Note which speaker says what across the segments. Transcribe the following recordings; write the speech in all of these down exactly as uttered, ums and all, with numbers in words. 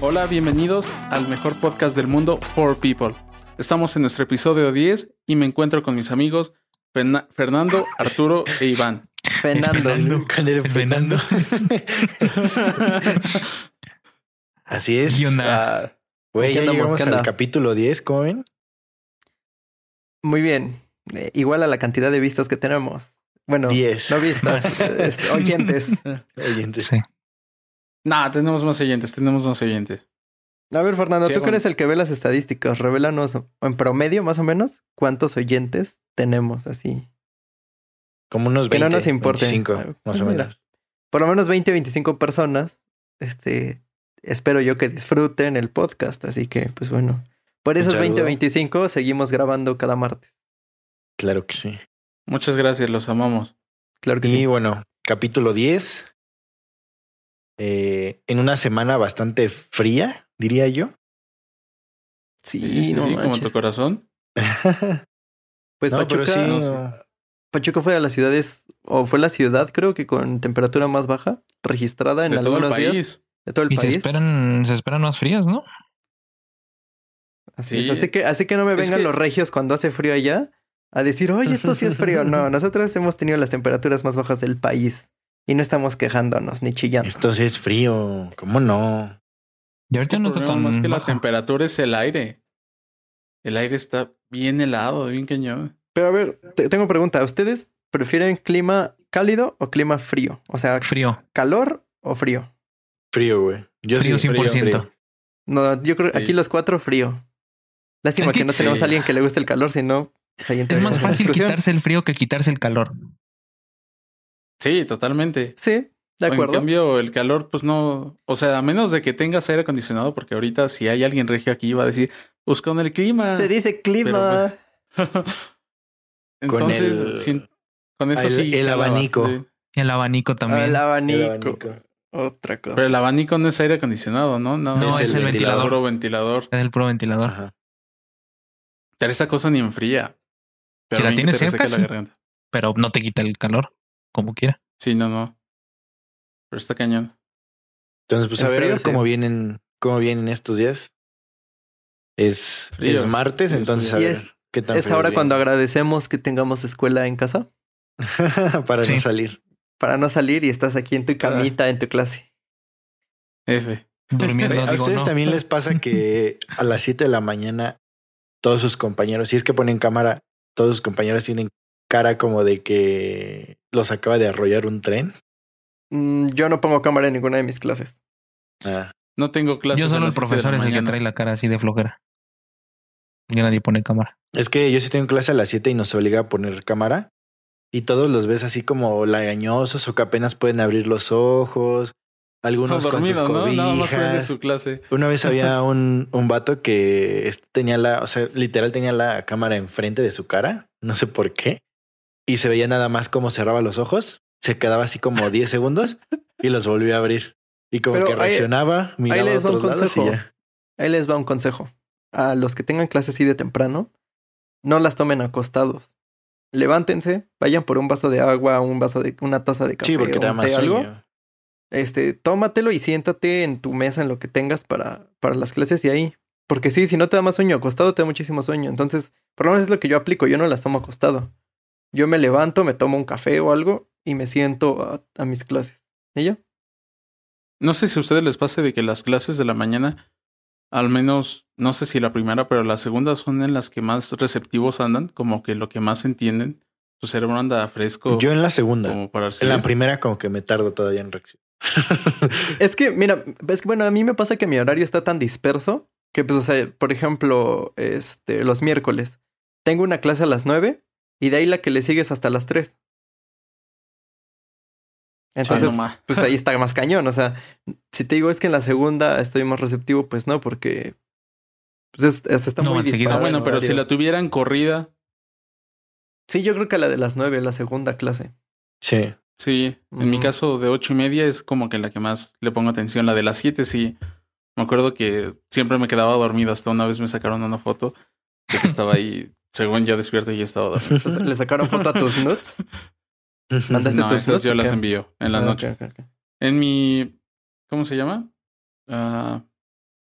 Speaker 1: Hola, bienvenidos al mejor podcast del mundo, For People. Estamos en nuestro episodio diez y me encuentro con mis amigos Fen- Fernando, Arturo e Iván.
Speaker 2: Fernando.
Speaker 3: Fernando. Fernando. Así es.
Speaker 2: Ah,
Speaker 3: Güey, ya
Speaker 2: andamos?
Speaker 3: llegamos
Speaker 2: ¿Qué
Speaker 3: al
Speaker 2: anda?
Speaker 3: capítulo diez, ¿cómo ven?
Speaker 2: Muy bien. Eh, igual a la cantidad de vistas que tenemos. Bueno,
Speaker 3: diez.
Speaker 2: no vistas, este, oyentes.
Speaker 3: Oyentes.
Speaker 1: Sí. Nah, tenemos más oyentes, tenemos más oyentes.
Speaker 2: A ver, Fernando,
Speaker 1: Sí,
Speaker 2: tú que
Speaker 1: bueno.
Speaker 2: eres el que ve las estadísticas, revélanos en promedio, más o menos, cuántos oyentes tenemos así.
Speaker 3: Como unos
Speaker 2: Que
Speaker 3: veinte,
Speaker 2: no nos importe.
Speaker 3: veinticinco,
Speaker 2: Ah,
Speaker 3: más o
Speaker 2: mira.
Speaker 3: menos.
Speaker 2: Por lo menos veinte, veinticinco personas. Este, espero yo que disfruten el podcast. Así que, pues bueno. Por
Speaker 3: Un
Speaker 2: esos
Speaker 3: saludo.
Speaker 2: veinte, veinticinco seguimos grabando cada martes.
Speaker 3: Claro que sí.
Speaker 1: Muchas gracias, los amamos.
Speaker 2: Claro que
Speaker 3: Y
Speaker 2: sí.
Speaker 3: bueno, capítulo diez. Eh, en una semana bastante fría, diría yo.
Speaker 2: Sí,
Speaker 1: Sí, sí,
Speaker 2: no
Speaker 1: sí, como
Speaker 2: manches.
Speaker 1: tu corazón.
Speaker 2: Pues
Speaker 3: no,
Speaker 2: Pachuca,
Speaker 3: pero sí.
Speaker 1: no sé.
Speaker 3: no.
Speaker 2: Pachuca fue de las ciudades, o fue la ciudad, creo que con temperatura más baja registrada en
Speaker 1: De todo el
Speaker 2: algunos días.
Speaker 1: país.
Speaker 2: De todo el
Speaker 4: Y se
Speaker 2: país.
Speaker 4: esperan, se esperan más frías, ¿no?
Speaker 2: Así,
Speaker 1: Sí.
Speaker 2: es. Así que, así que no me
Speaker 1: Es
Speaker 2: vengan
Speaker 1: que-
Speaker 2: los regios cuando hace frío allá a decir, oye, esto sí es frío. No, nosotros hemos tenido las temperaturas más bajas del país y no estamos quejándonos ni chillando.
Speaker 3: Esto sí es frío. ¿Cómo no?
Speaker 4: Y
Speaker 1: Es que
Speaker 4: ahorita
Speaker 1: el
Speaker 4: no está
Speaker 1: problema
Speaker 4: tan
Speaker 1: más que la
Speaker 4: bajo.
Speaker 1: temperatura es el aire. El aire está bien helado, bien cañón.
Speaker 2: Pero a ver, te- tengo pregunta. ¿Ustedes prefieren clima cálido o clima frío? O sea,
Speaker 4: Frío.
Speaker 2: ¿calor o frío?
Speaker 3: Frío, güey. Yo
Speaker 4: Frío
Speaker 3: sí,
Speaker 4: cien por ciento.
Speaker 3: frío.
Speaker 2: No, yo creo que
Speaker 1: Sí.
Speaker 2: aquí los cuatro frío. Lástima
Speaker 4: Es
Speaker 2: que,
Speaker 4: que-
Speaker 2: no tenemos
Speaker 1: Sí.
Speaker 2: a alguien que le guste el calor, si no, pues ahí
Speaker 4: Es
Speaker 2: entraríamos
Speaker 4: más
Speaker 2: en
Speaker 4: fácil
Speaker 2: discusión.
Speaker 4: quitarse el frío que quitarse el calor.
Speaker 1: Sí, totalmente.
Speaker 2: Sí, de
Speaker 1: En
Speaker 2: acuerdo.
Speaker 1: cambio, el calor, pues no... O sea, a menos de que tengas aire acondicionado, porque ahorita si hay alguien regio aquí va a decir, pues con el clima.
Speaker 2: Se dice clima.
Speaker 1: Entonces,
Speaker 3: Con el-
Speaker 1: sin- con eso
Speaker 3: el-
Speaker 1: sí.
Speaker 3: el
Speaker 1: jala
Speaker 3: abanico.
Speaker 1: bastante.
Speaker 4: El abanico también.
Speaker 2: El abanico.
Speaker 3: El abanico.
Speaker 2: Otra cosa.
Speaker 1: Pero el abanico no es aire acondicionado, ¿no? No,
Speaker 4: No,
Speaker 3: es el ventilador.
Speaker 1: Puro ventilador.
Speaker 4: Es el puro ventilador.
Speaker 3: Ajá.
Speaker 1: Pero esa cosa ni enfría. Pero
Speaker 4: Si la
Speaker 1: bien que
Speaker 4: tienes
Speaker 1: te
Speaker 4: cerca,
Speaker 1: reseca
Speaker 4: sí.
Speaker 1: la garganta.
Speaker 4: Pero no te quita el calor, como quiera.
Speaker 1: Sí, no, no. Pero está cañón.
Speaker 3: Entonces, pues
Speaker 2: El
Speaker 3: a ver, a
Speaker 2: frío,
Speaker 3: ver
Speaker 2: sí.
Speaker 3: cómo vienen, cómo vienen estos días. Es,
Speaker 1: Fríos,
Speaker 3: es martes,
Speaker 1: fríos,
Speaker 3: entonces
Speaker 1: fríos.
Speaker 3: a
Speaker 2: Y
Speaker 3: ver
Speaker 2: es-
Speaker 3: qué tan
Speaker 2: Es
Speaker 3: fríos
Speaker 2: ahora cuando
Speaker 3: vienen.
Speaker 2: agradecemos que tengamos escuela en casa
Speaker 3: Para
Speaker 4: Sí.
Speaker 3: no salir.
Speaker 2: para no salir y estás aquí en tu camita, en tu clase.
Speaker 1: F.
Speaker 4: Durmiendo,
Speaker 3: ¿A
Speaker 4: digo,
Speaker 3: ustedes
Speaker 4: no.
Speaker 3: también les pasa que a las siete de la mañana todos sus compañeros, si es que ponen cámara, todos sus compañeros tienen cara como de que los acaba de arrollar un tren?
Speaker 2: Mm, yo no pongo cámara en ninguna de mis clases.
Speaker 3: Ah,
Speaker 1: No tengo clases.
Speaker 4: Yo
Speaker 1: a
Speaker 4: solo el
Speaker 1: las siete de
Speaker 4: profesor
Speaker 1: la
Speaker 4: es el que
Speaker 1: mañana.
Speaker 4: trae la cara así de flojera. Ya nadie pone cámara.
Speaker 3: es que yo sí tengo clase a las siete y nos obliga a poner cámara y todos los ves así como lagañosos o que apenas pueden abrir los ojos, algunos con sus
Speaker 1: Dormido, ¿no? Nada más prende
Speaker 3: cobijas.
Speaker 1: su clase.
Speaker 3: Una vez había un, un vato que este tenía la, o sea, literal tenía la cámara enfrente de su cara, no sé por qué, y se veía nada más cómo cerraba los ojos, se quedaba así como diez segundos y los volvió a abrir. Y como
Speaker 2: Pero
Speaker 3: que
Speaker 2: ahí-
Speaker 3: reaccionaba, miraba
Speaker 2: les
Speaker 3: a
Speaker 2: va un
Speaker 3: otros lados y
Speaker 2: consejo.
Speaker 3: ya.
Speaker 2: Ahí les va un consejo. A los que tengan clases así de temprano, no las tomen acostados. Levántense, vayan por un vaso de agua, un vaso de una taza de café
Speaker 3: Sí, porque
Speaker 2: o
Speaker 3: te da
Speaker 2: un
Speaker 3: más
Speaker 2: té, algo.
Speaker 3: sueño.
Speaker 2: Este, tómatelo y siéntate en tu mesa en lo que tengas para, para las clases y ahí. Porque sí, si no te da más sueño acostado, te da muchísimo sueño. Entonces, por lo menos es lo que yo aplico. Yo no las tomo acostado. Yo me levanto, me tomo un café o algo y me siento a, a mis clases. ¿Y yo?
Speaker 1: No sé si a ustedes les pase de que las clases de la mañana, al menos, no sé si la primera, pero la segunda son en las que más receptivos andan, como que lo que más entienden. Su cerebro anda fresco.
Speaker 3: Yo en la segunda,
Speaker 1: como para
Speaker 3: en la primera como que me tardo todavía en reacción.
Speaker 2: Es que, mira, es que bueno, a mí me pasa que mi horario está tan disperso que, pues, o sea, por ejemplo, este, los miércoles tengo una clase a las nueve y de ahí la que le sigues hasta las tres. Entonces,
Speaker 1: no ma.
Speaker 2: pues ahí está más cañón. O sea, si te digo es que en la segunda estoy más receptivo, pues no, porque pues es, es- está
Speaker 4: No,
Speaker 2: muy
Speaker 4: enseguida.
Speaker 1: Ah,
Speaker 2: disparado.
Speaker 1: bueno,
Speaker 2: en
Speaker 1: pero si la
Speaker 2: horarios.
Speaker 1: tuvieran corrida,
Speaker 2: Sí, yo creo que la de las nueve, la segunda clase.
Speaker 3: Sí.
Speaker 1: sí. En mi
Speaker 2: Ujú.
Speaker 1: caso, de ocho y media es como que la que más le pongo atención. La de las siete, sí. Me acuerdo que siempre me quedaba dormido. Hasta una vez me sacaron una foto de que estaba ahí, según yo despierto y ya estaba dormido.
Speaker 2: Entonces, ¿le sacaron foto a tus nuts? ¿Mandaste
Speaker 1: No,
Speaker 2: tus
Speaker 1: esas
Speaker 2: nuts
Speaker 1: yo
Speaker 2: o
Speaker 1: las
Speaker 2: qué?
Speaker 1: envío en la
Speaker 2: Ah,
Speaker 1: noche.
Speaker 2: ok, ok, ok.
Speaker 1: En mi... ¿Cómo se llama? Ah,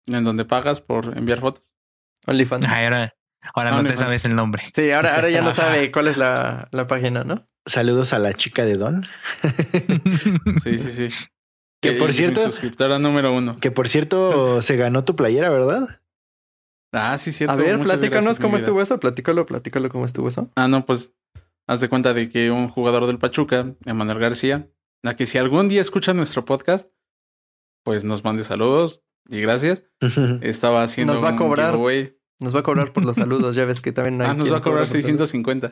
Speaker 1: en donde pagas por enviar fotos.
Speaker 2: OnlyFans.
Speaker 4: Ay, ahora ahora no te
Speaker 1: OnlyFans.
Speaker 4: sabes el nombre.
Speaker 2: Sí, ahora, ahora ya no
Speaker 4: Ajá.
Speaker 2: sabe cuál es la, la página, ¿no?
Speaker 3: Saludos a la chica de Don.
Speaker 1: Sí, sí, sí.
Speaker 3: Que por
Speaker 1: es
Speaker 3: cierto-
Speaker 1: mi suscriptora número uno.
Speaker 3: Que por cierto, se ganó tu playera, ¿verdad?
Speaker 1: Ah, sí, cierto.
Speaker 2: A ver,
Speaker 1: Muchas
Speaker 2: platícanos
Speaker 1: gracias, mi
Speaker 2: cómo
Speaker 1: vida.
Speaker 2: estuvo eso. Platícalo, platícalo cómo estuvo eso.
Speaker 1: Ah, no, pues haz de cuenta de que un jugador del Pachuca, Emanuel García, a que si algún día escucha nuestro podcast, pues nos mande saludos y gracias. Estaba haciendo
Speaker 2: Nos va a
Speaker 1: un
Speaker 2: cobrar.
Speaker 1: giveaway.
Speaker 2: Nos va a cobrar por los saludos. Ya ves que también hay
Speaker 1: Ah, nos
Speaker 2: quien
Speaker 1: va a cobrar
Speaker 2: cobra por
Speaker 1: seiscientos cincuenta.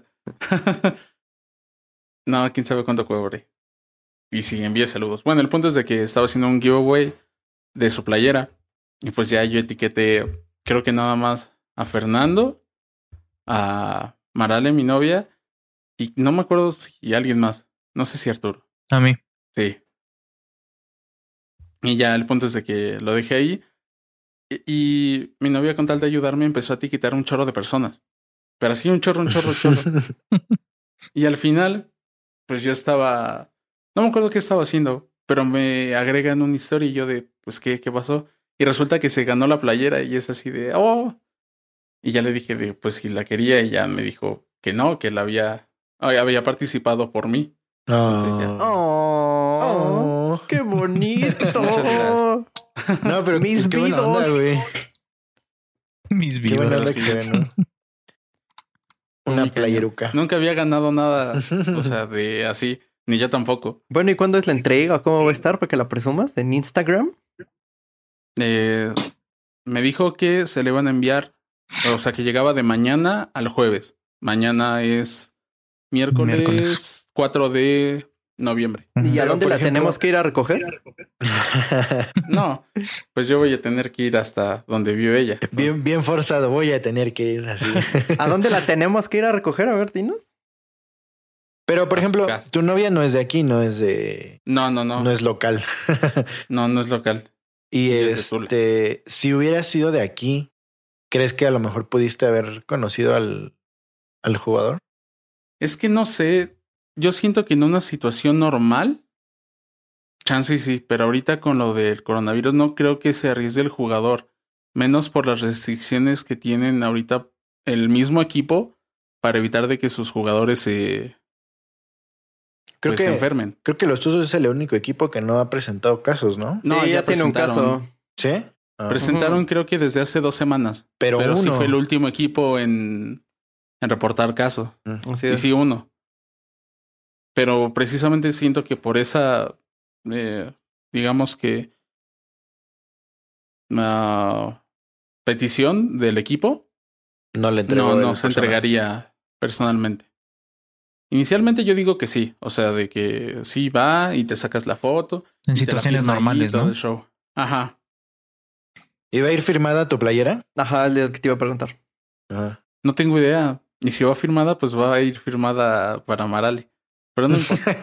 Speaker 1: No, quién sabe cuánto cobre. Y sí, envíe saludos. Bueno, el punto es de que estaba haciendo un giveaway de su playera. Y pues ya yo etiqueté, creo que nada más a Fernando, a Marale, mi novia, y no me acuerdo si alguien más. No sé si Arturo.
Speaker 4: A mí.
Speaker 1: Sí. Y ya el punto es de que lo dejé ahí. Y, y mi novia, con tal de ayudarme, empezó a etiquetar un chorro de personas. Pero así un chorro, un chorro, un chorro. Y al final, pues yo estaba... No me acuerdo qué estaba haciendo, pero me agregan una historia y yo de, pues, ¿qué, qué pasó? Y resulta que se ganó la playera y es así de, oh. Y ya le dije de, pues, si la quería, y ya me dijo que no, que la había, ay, había participado por mí. Entonces ya.
Speaker 2: ¡Oh!
Speaker 3: Oh.
Speaker 2: ¡Qué bonito!
Speaker 1: Muchas gracias.
Speaker 3: No, pero
Speaker 2: Mis
Speaker 3: qué buena onda,
Speaker 2: vidos.
Speaker 3: güey.
Speaker 4: Mis
Speaker 3: Qué buena
Speaker 4: vidas.
Speaker 3: onda que
Speaker 1: sí.
Speaker 3: ganó. Una
Speaker 1: Muy cañón.
Speaker 3: playeruca.
Speaker 1: Nunca había ganado nada, o sea, de así, ni yo tampoco.
Speaker 2: Bueno, ¿y cuándo es la entrega? ¿Cómo va a estar para que la presumas? ¿En Instagram?
Speaker 1: Eh, me dijo que se le iban a enviar, o sea, que llegaba de mañana al jueves. Mañana es miércoles,
Speaker 4: Miércoles.
Speaker 1: cuatro de noviembre.
Speaker 2: ¿Y a
Speaker 3: Pero,
Speaker 2: dónde
Speaker 3: por
Speaker 2: la
Speaker 3: ejemplo-
Speaker 2: tenemos que ir a recoger?
Speaker 1: No, pues yo voy a tener que ir hasta donde vive ella.
Speaker 3: bien, bien forzado. Voy a tener que ir así.
Speaker 2: ¿A dónde la tenemos que ir a recoger? A ver, dinos.
Speaker 3: Pero, por
Speaker 1: A su
Speaker 3: ejemplo,
Speaker 1: casa.
Speaker 3: tu novia no es de aquí, no es de...
Speaker 1: No, no, no,
Speaker 3: No es local.
Speaker 1: no, no es local.
Speaker 3: Y
Speaker 1: Ella es de Tula.
Speaker 3: este, si hubieras sido de aquí, ¿crees que a lo mejor pudiste haber conocido al, al jugador?
Speaker 1: Es que no sé, yo siento que en una situación normal, chance y sí, pero ahorita con lo del coronavirus no creo que se arriesgue el jugador, menos por las restricciones que tienen ahorita el mismo equipo para evitar de que sus jugadores se,
Speaker 3: Creo
Speaker 1: pues, se
Speaker 3: que
Speaker 1: enfermen.
Speaker 3: creo que los Tuzos es el único equipo que no ha presentado casos, ¿no?
Speaker 1: No,
Speaker 2: sí,
Speaker 1: ya
Speaker 2: ya tiene un
Speaker 1: presentaron.
Speaker 2: caso.
Speaker 3: ¿Sí? Ah.
Speaker 1: Presentaron
Speaker 2: Ujú.
Speaker 1: creo que desde hace dos semanas,
Speaker 3: Pero,
Speaker 1: pero
Speaker 3: uno.
Speaker 1: sí fue el último equipo en, en reportar caso.
Speaker 2: Así
Speaker 1: Y
Speaker 2: es.
Speaker 1: sí, uno. Pero precisamente siento que por esa, eh, digamos que, ah, petición del equipo,
Speaker 3: No le entregó.
Speaker 1: no,
Speaker 3: el
Speaker 1: no se
Speaker 3: personal.
Speaker 1: entregaría personalmente. Inicialmente yo digo que sí, o sea, de que sí va y te sacas la foto.
Speaker 4: En
Speaker 1: y te la
Speaker 4: situaciones
Speaker 1: firma ahí,
Speaker 4: normales,
Speaker 1: todo
Speaker 4: ¿no?
Speaker 1: el show. Ajá.
Speaker 3: ¿Iba a ir firmada tu playera?
Speaker 2: Ajá, el que te iba a preguntar.
Speaker 3: Ajá.
Speaker 1: No tengo idea. Y si va firmada, pues va a ir firmada para Marale. Pero no importa.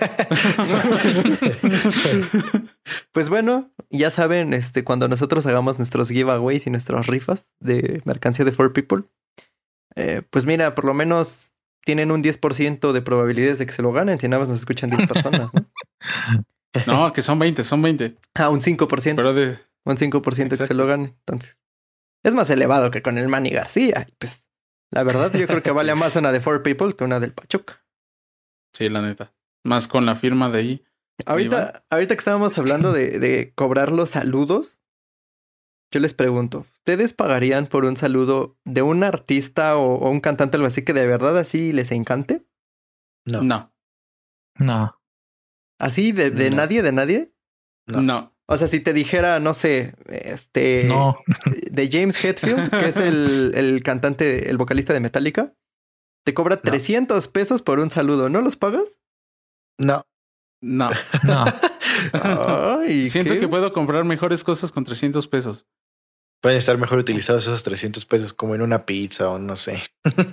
Speaker 2: Pues bueno, ya saben, este, cuando nosotros hagamos nuestros giveaways y nuestras rifas de mercancía de four People, eh, pues mira, por lo menos tienen un diez por ciento de probabilidades de que se lo ganen si nada más nos escuchan diez personas, ¿no?
Speaker 1: No, que son veinte, son veinte.
Speaker 2: Ah, un cinco por ciento.
Speaker 1: Pero de...
Speaker 2: Un cinco por ciento que se
Speaker 1: Exacto.
Speaker 2: lo ganen. Entonces, es más elevado que con el Manny García. Y pues, la verdad, yo creo que vale más una de four People que una del Pachuca.
Speaker 1: Sí, la neta. Más con la firma de ahí.
Speaker 2: Ahorita, ahorita que estábamos hablando de, de cobrar los saludos, yo les pregunto, ¿ustedes pagarían por un saludo de un artista o, o un cantante algo así que de verdad así les encante?
Speaker 3: No.
Speaker 1: No,
Speaker 4: No.
Speaker 2: ¿Así de, de
Speaker 3: No.
Speaker 2: nadie, de nadie?
Speaker 3: No.
Speaker 1: no.
Speaker 2: O sea, si te dijera, no sé, este...
Speaker 4: No.
Speaker 2: de James Hetfield, que es el, el cantante, el vocalista de Metallica, te cobra trescientos pesos por un saludo. ¿No los pagas?
Speaker 3: No.
Speaker 1: No.
Speaker 4: No.
Speaker 2: Ay,
Speaker 1: Siento
Speaker 2: ¿qué?
Speaker 1: que puedo comprar mejores cosas con trescientos pesos.
Speaker 3: Pueden estar mejor utilizados esos trescientos pesos como en una pizza o no sé.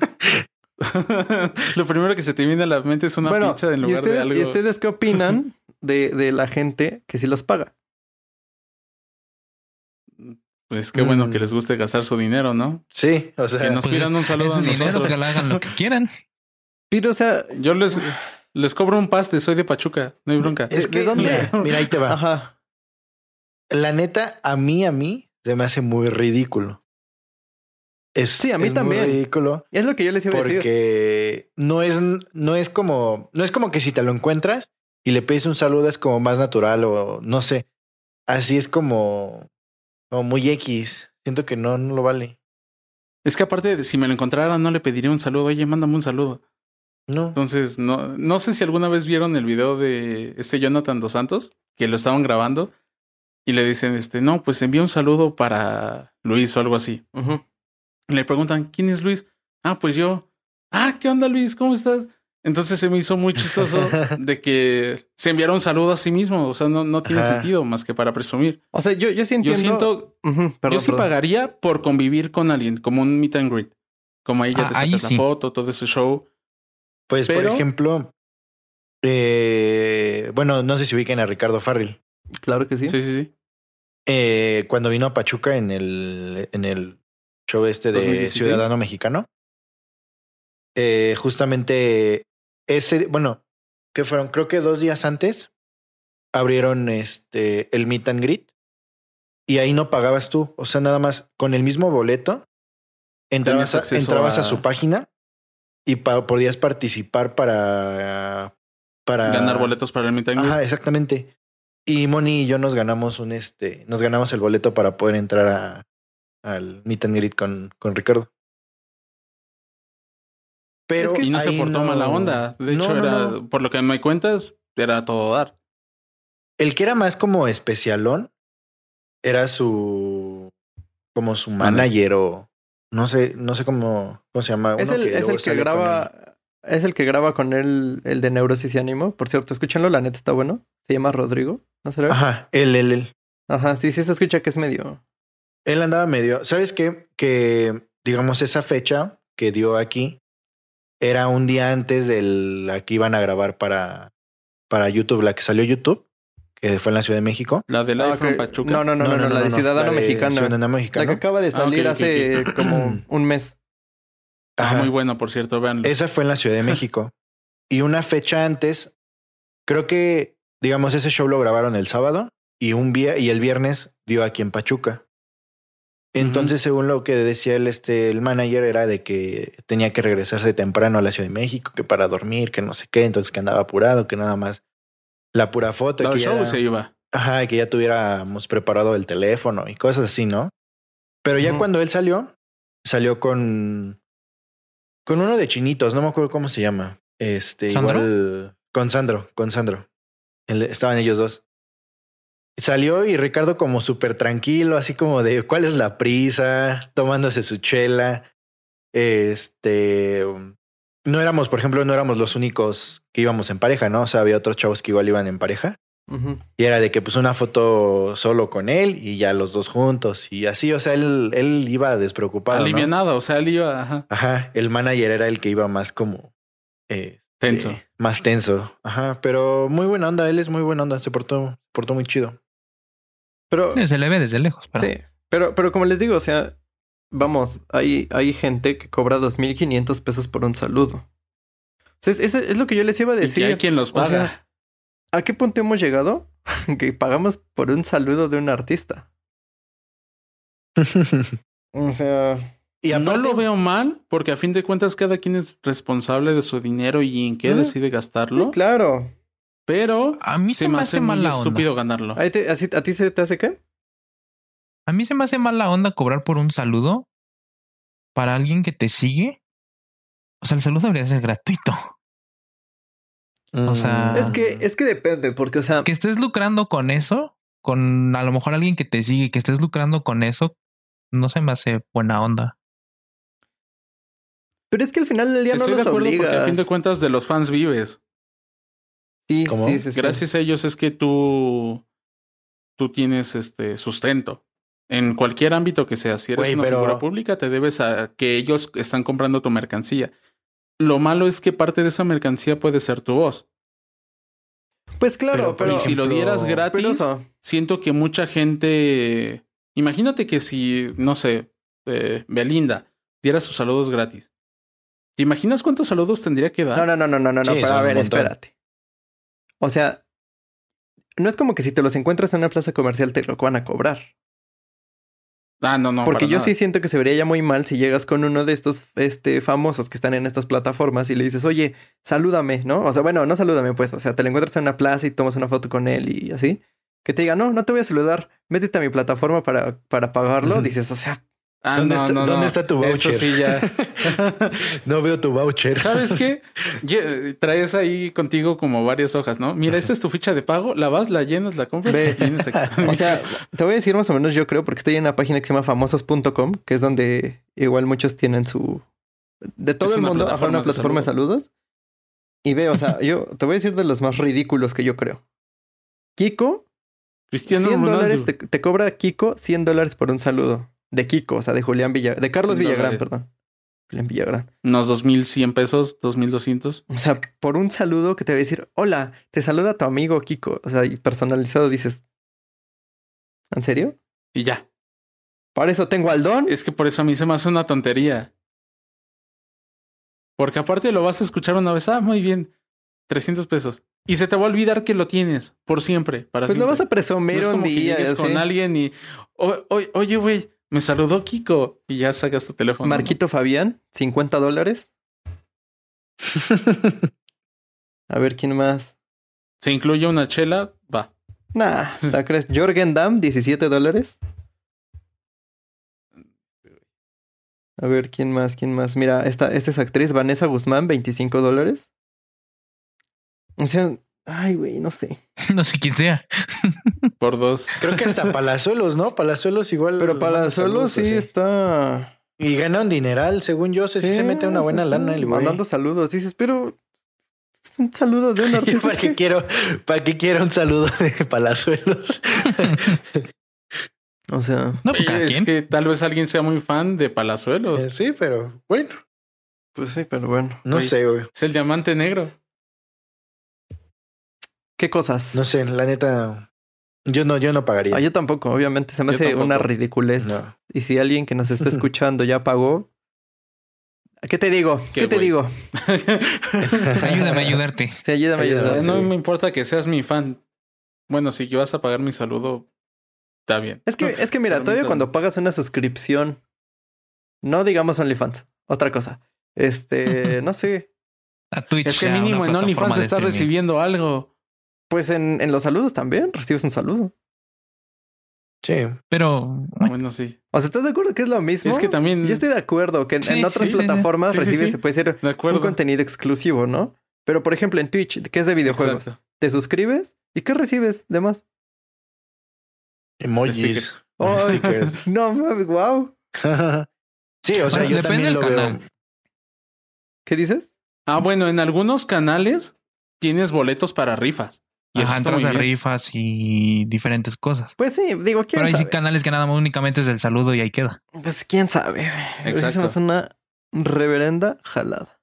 Speaker 1: Lo primero que se te viene a la mente es una
Speaker 2: Bueno,
Speaker 1: pizza en
Speaker 2: ¿y
Speaker 1: lugar
Speaker 2: ustedes,
Speaker 1: de algo.
Speaker 2: ¿y ustedes qué opinan de, de la gente que sí los paga?
Speaker 1: Pues qué bueno
Speaker 3: Mm.
Speaker 1: que les guste gastar su dinero, ¿no?
Speaker 3: Sí, o sea,
Speaker 1: Que nos
Speaker 4: Pues,
Speaker 1: pidan un saludo
Speaker 4: es
Speaker 1: a
Speaker 4: dinero,
Speaker 1: nosotros.
Speaker 4: que lo hagan lo que quieran.
Speaker 2: Pero, o sea,
Speaker 1: Yo les, les cobro un paste, soy de Pachuca, no hay bronca.
Speaker 3: es
Speaker 2: ¿de
Speaker 3: que
Speaker 2: dónde?
Speaker 3: Mira, mira, ahí te va.
Speaker 2: ajá.
Speaker 3: La neta, a mí, a mí, se me hace muy ridículo. Es,
Speaker 2: Sí, a mí
Speaker 3: es
Speaker 2: también.
Speaker 3: muy ridículo
Speaker 2: Es lo que yo les iba a decir.
Speaker 3: porque no es, no es como, no es como que si te lo encuentras y le pides un saludo es como más natural o no sé. Así es como, como muy X. Siento que no, no lo vale.
Speaker 1: Es que aparte, si me lo encontrara, no le pediría un saludo. Oye, mándame un saludo.
Speaker 3: No.
Speaker 1: Entonces, no, no sé si alguna vez vieron el video de este Jonathan Dos Santos, que lo estaban grabando y le dicen, este, no, pues envía un saludo para Luis o algo así.
Speaker 2: Ujú.
Speaker 1: Y le preguntan, ¿quién es Luis? Ah, pues yo. Ah, ¿qué onda, Luis? ¿Cómo estás? Entonces se me hizo muy chistoso de que se enviara un saludo a sí mismo. O sea, no, no tiene
Speaker 3: Ajá.
Speaker 1: sentido más que para presumir.
Speaker 2: O sea, yo, yo sí entiendo.
Speaker 1: Yo siento,
Speaker 2: Ujú, perdón,
Speaker 1: yo sí
Speaker 2: perdón.
Speaker 1: pagaría por convivir con alguien, como un meet and greet. Como ahí ya
Speaker 4: Ah,
Speaker 1: te
Speaker 4: ahí
Speaker 1: sacas la
Speaker 4: sí.
Speaker 1: foto, todo ese show.
Speaker 3: Pues,
Speaker 1: Pero-
Speaker 3: por ejemplo, eh, bueno, no sé si ubiquen a Ricardo Farril.
Speaker 2: Claro que sí.
Speaker 1: Sí, sí, sí.
Speaker 3: Eh, cuando vino a Pachuca en el, en el show este de
Speaker 1: dos mil dieciséis.
Speaker 3: Ciudadano Mexicano, eh, justamente ese, bueno, que fueron, creo que dos días antes, abrieron este el meet and greet y ahí no pagabas tú, o sea, nada más con el mismo boleto entrabas,
Speaker 1: Tenías
Speaker 3: a,
Speaker 1: acceso
Speaker 3: entrabas a...
Speaker 1: a-
Speaker 3: su página y pa- podías participar para para
Speaker 1: Ganar boletos para el meet and greet.
Speaker 3: Ajá, exactamente. Y Moni y yo nos ganamos un este, nos ganamos el boleto para poder entrar a, al meet and greet con, con Ricardo. Pero
Speaker 2: Es que
Speaker 1: Y no se
Speaker 3: ahí
Speaker 1: portó
Speaker 3: no-
Speaker 1: mala onda. De
Speaker 3: No,
Speaker 1: hecho,
Speaker 3: no,
Speaker 1: era,
Speaker 3: no.
Speaker 1: por lo que me cuentas, era todo dar.
Speaker 3: El que era más como especialón era su como su
Speaker 1: Manager.
Speaker 3: manager o no sé, no sé cómo, cómo se llama.
Speaker 2: Es
Speaker 3: uno
Speaker 2: el, es
Speaker 3: luego
Speaker 2: el que
Speaker 3: sale con él.
Speaker 2: graba. Es el que graba con él el de Neurosis y Ánimo. Por cierto, escúchenlo, la neta está bueno. Se llama Rodrigo. ¿No será?
Speaker 3: Ajá, él, él, él.
Speaker 2: Ajá, sí, sí se escucha que es medio.
Speaker 3: Él andaba medio. ¿Sabes qué? Que digamos esa fecha que dio aquí era un día antes de la que iban a grabar para, para YouTube, la que salió YouTube, que fue en la Ciudad de México.
Speaker 1: La de
Speaker 2: Ah,
Speaker 1: Live
Speaker 2: ok.
Speaker 1: from Pachuca.
Speaker 2: No, no, no, no, no, la de Ciudadano
Speaker 3: la de
Speaker 2: Mexicano.
Speaker 3: Ciudadano
Speaker 2: La
Speaker 3: Mexicano.
Speaker 2: que acaba de
Speaker 1: Ah, ok,
Speaker 2: salir
Speaker 1: ok,
Speaker 2: hace
Speaker 1: ok.
Speaker 2: como un mes.
Speaker 1: Ah,
Speaker 3: Ajá.
Speaker 1: muy bueno, por cierto, véanlo.
Speaker 3: Esa fue en la Ciudad de México. Y una fecha antes, creo que, digamos, ese show lo grabaron el sábado y un via- y el viernes dio aquí en Pachuca. Entonces, según lo que decía el, este, el manager, era de que tenía que regresarse temprano a la Ciudad de México, que para dormir, que no sé qué, entonces que andaba apurado, que nada más la pura foto.
Speaker 1: Daba
Speaker 3: que
Speaker 1: el show
Speaker 3: ya,
Speaker 1: y se iba.
Speaker 3: ajá, que ya tuviéramos preparado el teléfono y cosas así, ¿no? Pero ya
Speaker 2: Ujú.
Speaker 3: cuando él salió, salió con, con uno de chinitos, no me acuerdo cómo se llama. Este,
Speaker 4: ¿Sandro?
Speaker 3: igual con Sandro, con Sandro. Él- estaban ellos dos. Salió y Ricardo como súper tranquilo, así como de cuál es la prisa, tomándose su chela. Este, no éramos, por ejemplo, no éramos los únicos que íbamos en pareja, ¿no? O sea, había otros chavos que igual iban en pareja.
Speaker 2: Ujú.
Speaker 3: Y era de que pues una foto solo con él y ya los dos juntos y así, o sea, él, él iba despreocupado, ¿no?
Speaker 1: Alivianado, o sea, él iba, ajá.
Speaker 3: Ajá, el manager era el que iba más como... eh,
Speaker 1: Tenso.
Speaker 3: eh, más tenso. Ajá, pero muy buena onda, él es muy buena onda, se portó, portó muy chido.
Speaker 2: Pero.
Speaker 4: Se le ve desde lejos, pero
Speaker 2: Sí. Pero, pero como les digo, o sea, vamos, hay, hay gente que cobra dos mil quinientos pesos por un saludo. Entonces, eso es lo que yo les iba a
Speaker 1: Y que
Speaker 2: decir.
Speaker 1: hay quien los
Speaker 2: O
Speaker 1: paga.
Speaker 2: sea, ¿a qué punto hemos llegado? Que pagamos por un saludo de un artista. O sea,
Speaker 3: y
Speaker 1: no
Speaker 3: aparte,
Speaker 1: lo veo mal, porque a fin de cuentas cada quien es responsable de su dinero y en qué
Speaker 2: Ujú.
Speaker 1: decide gastarlo.
Speaker 2: sí, claro.
Speaker 1: Pero
Speaker 4: a mí se,
Speaker 1: se me
Speaker 4: me
Speaker 1: hace
Speaker 4: hace
Speaker 1: muy
Speaker 4: mala onda.
Speaker 1: estúpido ganarlo.
Speaker 2: ¿A ti, así- ¿A ti se te hace qué?
Speaker 4: A mí se me hace mala onda cobrar por un saludo para alguien que te sigue. O sea, el saludo debería ser gratuito. o sea-
Speaker 2: Es que, es que depende, porque, o sea,
Speaker 4: Que estés lucrando con eso, con a lo mejor alguien que te sigue, que estés lucrando con eso, no se me hace buena onda.
Speaker 2: pero es que al final del día
Speaker 1: Estoy
Speaker 2: no
Speaker 1: de
Speaker 2: los
Speaker 1: acuerdo porque a
Speaker 2: obligas.
Speaker 1: fin de cuentas de los fans vives.
Speaker 2: Sí,
Speaker 3: ¿Cómo?
Speaker 2: sí, sí, sí.
Speaker 1: Gracias a ellos es que tú, tú tienes este sustento. En cualquier ámbito que sea, si eres
Speaker 3: Güey,
Speaker 1: una
Speaker 3: pero-
Speaker 1: figura pública, te debes a que ellos están comprando tu mercancía. Lo malo es que parte de esa mercancía puede ser tu voz.
Speaker 2: Pues claro,
Speaker 3: Pero, por
Speaker 2: pero...
Speaker 1: y si lo
Speaker 3: ejemplo,
Speaker 1: dieras
Speaker 2: pero
Speaker 1: gratis,
Speaker 2: eso,
Speaker 1: siento que mucha gente... Imagínate que si, no sé, eh, Belinda diera sus saludos gratis. ¿Te imaginas cuántos saludos tendría que dar?
Speaker 2: No, no, no, no, no, no,
Speaker 3: Sí,
Speaker 2: no, pero
Speaker 3: son
Speaker 2: a
Speaker 3: un
Speaker 2: ver,
Speaker 3: montón.
Speaker 2: espérate. O sea, no es como que si te los encuentras en una plaza comercial te lo van a cobrar.
Speaker 1: Ah, no, no.
Speaker 2: Porque
Speaker 1: para
Speaker 2: yo
Speaker 1: nada.
Speaker 2: sí siento que se vería ya muy mal si llegas con uno de estos este, famosos que están en estas plataformas y le dices, oye, salúdame, ¿no? O sea, bueno, no salúdame, pues. O sea, te lo encuentras en una plaza y tomas una foto con él y así. Que te diga, no, no te voy a saludar. Métete a mi plataforma para, para pagarlo.
Speaker 3: Ujú.
Speaker 2: Dices, o sea,
Speaker 1: Ah,
Speaker 3: ¿Dónde,
Speaker 1: no,
Speaker 3: está,
Speaker 1: no,
Speaker 3: ¿dónde
Speaker 1: no.
Speaker 3: está tu voucher?
Speaker 1: Eso sí, ya.
Speaker 3: No veo tu voucher.
Speaker 1: ¿Sabes qué? Ye- Traes ahí contigo como varias hojas, ¿no? Mira, esta es tu ficha de pago. La vas, la llenas, la compras
Speaker 2: Ve.
Speaker 1: y tienes aquí.
Speaker 2: o sea, te voy a decir más o menos yo creo, porque estoy en una página que se llama famosos punto com, que es donde igual muchos tienen su... De todo
Speaker 1: Es
Speaker 2: el
Speaker 1: una
Speaker 2: mundo, ajá,
Speaker 1: plataforma
Speaker 2: una
Speaker 1: de
Speaker 2: plataforma de saludos. Y veo, o sea, yo te voy a decir de los más ridículos que yo creo. Kiko,
Speaker 1: Cristiano
Speaker 2: cien
Speaker 1: Ronaldo.
Speaker 2: dólares, te, te cobra Kiko cien dólares por un saludo. De Kiko, o sea, de Julián Villagrán, de Carlos
Speaker 1: cien
Speaker 2: Villagrán,
Speaker 1: dólares.
Speaker 2: perdón. Julián Villagrán.
Speaker 1: Unos dos mil cien pesos, dos mil doscientos.
Speaker 2: O sea, por un saludo que te va a decir, hola, te saluda tu amigo Kiko. O sea, y personalizado dices, ¿en serio?
Speaker 1: Y ya.
Speaker 2: Para eso tengo al Don.
Speaker 1: Es que por eso a mí se me hace una tontería. Porque aparte lo vas a escuchar una vez. Ah, muy bien. trescientos pesos. Y se te va a olvidar que lo tienes por siempre. Para
Speaker 2: Pues lo
Speaker 1: siempre.
Speaker 2: vas a presumir
Speaker 1: No es
Speaker 2: un
Speaker 1: como que
Speaker 2: día.
Speaker 1: llegues
Speaker 2: así.
Speaker 1: con alguien y... "O- o- Oye, güey, me saludó Kiko. Y ya sacas tu teléfono. ¿no?
Speaker 2: Marquito Fabián, cincuenta dólares. A ver, ¿quién más?
Speaker 1: Se incluye una chela. Va.
Speaker 2: Nah, ¿la crees? Jorgen Damm, diecisiete dólares. A ver, ¿quién más? ¿Quién más? Mira, esta, esta es actriz, Vanessa Guzmán, veinticinco dólares. O sea, ay, güey, no sé.
Speaker 4: No sé quién sea.
Speaker 1: Por dos.
Speaker 3: Creo que hasta Palazuelos, ¿no? Palazuelos igual.
Speaker 2: Pero para
Speaker 3: manda
Speaker 2: solo
Speaker 3: saludos
Speaker 2: sí
Speaker 3: así.
Speaker 2: está...
Speaker 3: Y gana un dineral, según yo. sé, sí, se mete una buena
Speaker 2: sí,
Speaker 3: lana el güey.
Speaker 2: mandando saludos. Dices, pero... Es un saludo de un artista.
Speaker 3: ¿Para qué quiero, para qué quiero un saludo de Palazuelos?
Speaker 2: O sea...
Speaker 4: No, pues cada
Speaker 1: es
Speaker 4: quien.
Speaker 1: que tal vez alguien sea muy fan de Palazuelos.
Speaker 3: Eh, sí, pero bueno,
Speaker 2: Pues sí, pero bueno.
Speaker 3: no
Speaker 1: Güey.
Speaker 3: sé, güey.
Speaker 1: Es el diamante negro.
Speaker 2: ¿Qué cosas?
Speaker 3: No sé, la neta. Yo no, yo no pagaría.
Speaker 2: Ah, yo tampoco, obviamente. Se me
Speaker 1: Yo
Speaker 2: hace
Speaker 1: tampoco.
Speaker 2: una ridiculez.
Speaker 3: No.
Speaker 2: Y si alguien que nos está escuchando ya pagó... ¿Qué te digo? ¿Qué,
Speaker 1: ¿Qué,
Speaker 2: te
Speaker 1: güey?
Speaker 2: digo?
Speaker 4: Ayúdame a ayudarte.
Speaker 2: Sí, ayúdame,
Speaker 3: Ayúdame.
Speaker 2: ayúdame.
Speaker 1: No me importa que seas mi fan. Bueno, si vas a pagar mi saludo, está bien.
Speaker 2: Es que, es que mira,
Speaker 1: Pero
Speaker 2: todavía
Speaker 1: mientras-
Speaker 2: cuando pagas una suscripción, no digamos OnlyFans, otra cosa. Este, no sé.
Speaker 4: A Twitch.
Speaker 1: Es que
Speaker 4: a una
Speaker 1: mínimo en
Speaker 4: plataforma
Speaker 1: OnlyFans
Speaker 4: de
Speaker 1: estás
Speaker 4: streaming.
Speaker 1: recibiendo algo.
Speaker 2: Pues en, en los saludos también recibes un saludo.
Speaker 3: Sí.
Speaker 4: Pero bueno,
Speaker 1: Bueno, sí.
Speaker 2: O sea, ¿estás de acuerdo que es lo mismo?
Speaker 1: Es que también...
Speaker 2: Yo estoy de acuerdo que en,
Speaker 4: Sí,
Speaker 2: en otras
Speaker 4: sí, sí, sí.
Speaker 2: plataformas
Speaker 1: Sí, sí,
Speaker 2: recibes,
Speaker 1: sí.
Speaker 2: se puede decir,
Speaker 1: De acuerdo.
Speaker 2: un contenido exclusivo, ¿no? Pero por ejemplo en Twitch, que es de videojuegos,
Speaker 1: Exacto.
Speaker 2: te suscribes y ¿qué recibes de más?
Speaker 3: Emojis.
Speaker 2: Oh,
Speaker 3: Stickers.
Speaker 2: no, más, wow.
Speaker 3: Sí, o sea,
Speaker 4: Bueno,
Speaker 3: yo
Speaker 4: depende
Speaker 3: también
Speaker 4: del
Speaker 3: lo
Speaker 4: canal.
Speaker 3: veo.
Speaker 2: ¿Qué dices?
Speaker 1: Ah, bueno, en algunos canales tienes boletos para rifas. Y eso
Speaker 4: ajá,
Speaker 1: está
Speaker 4: entras
Speaker 1: muy
Speaker 4: a
Speaker 1: bien.
Speaker 4: rifas y diferentes cosas.
Speaker 2: Pues sí, digo, ¿quién
Speaker 4: Pero hay sí
Speaker 2: sabe?
Speaker 4: canales que nada más únicamente es el saludo y ahí queda.
Speaker 2: Pues quién sabe. Exacto.
Speaker 1: Exacto.
Speaker 2: Se me hace una reverenda jalada.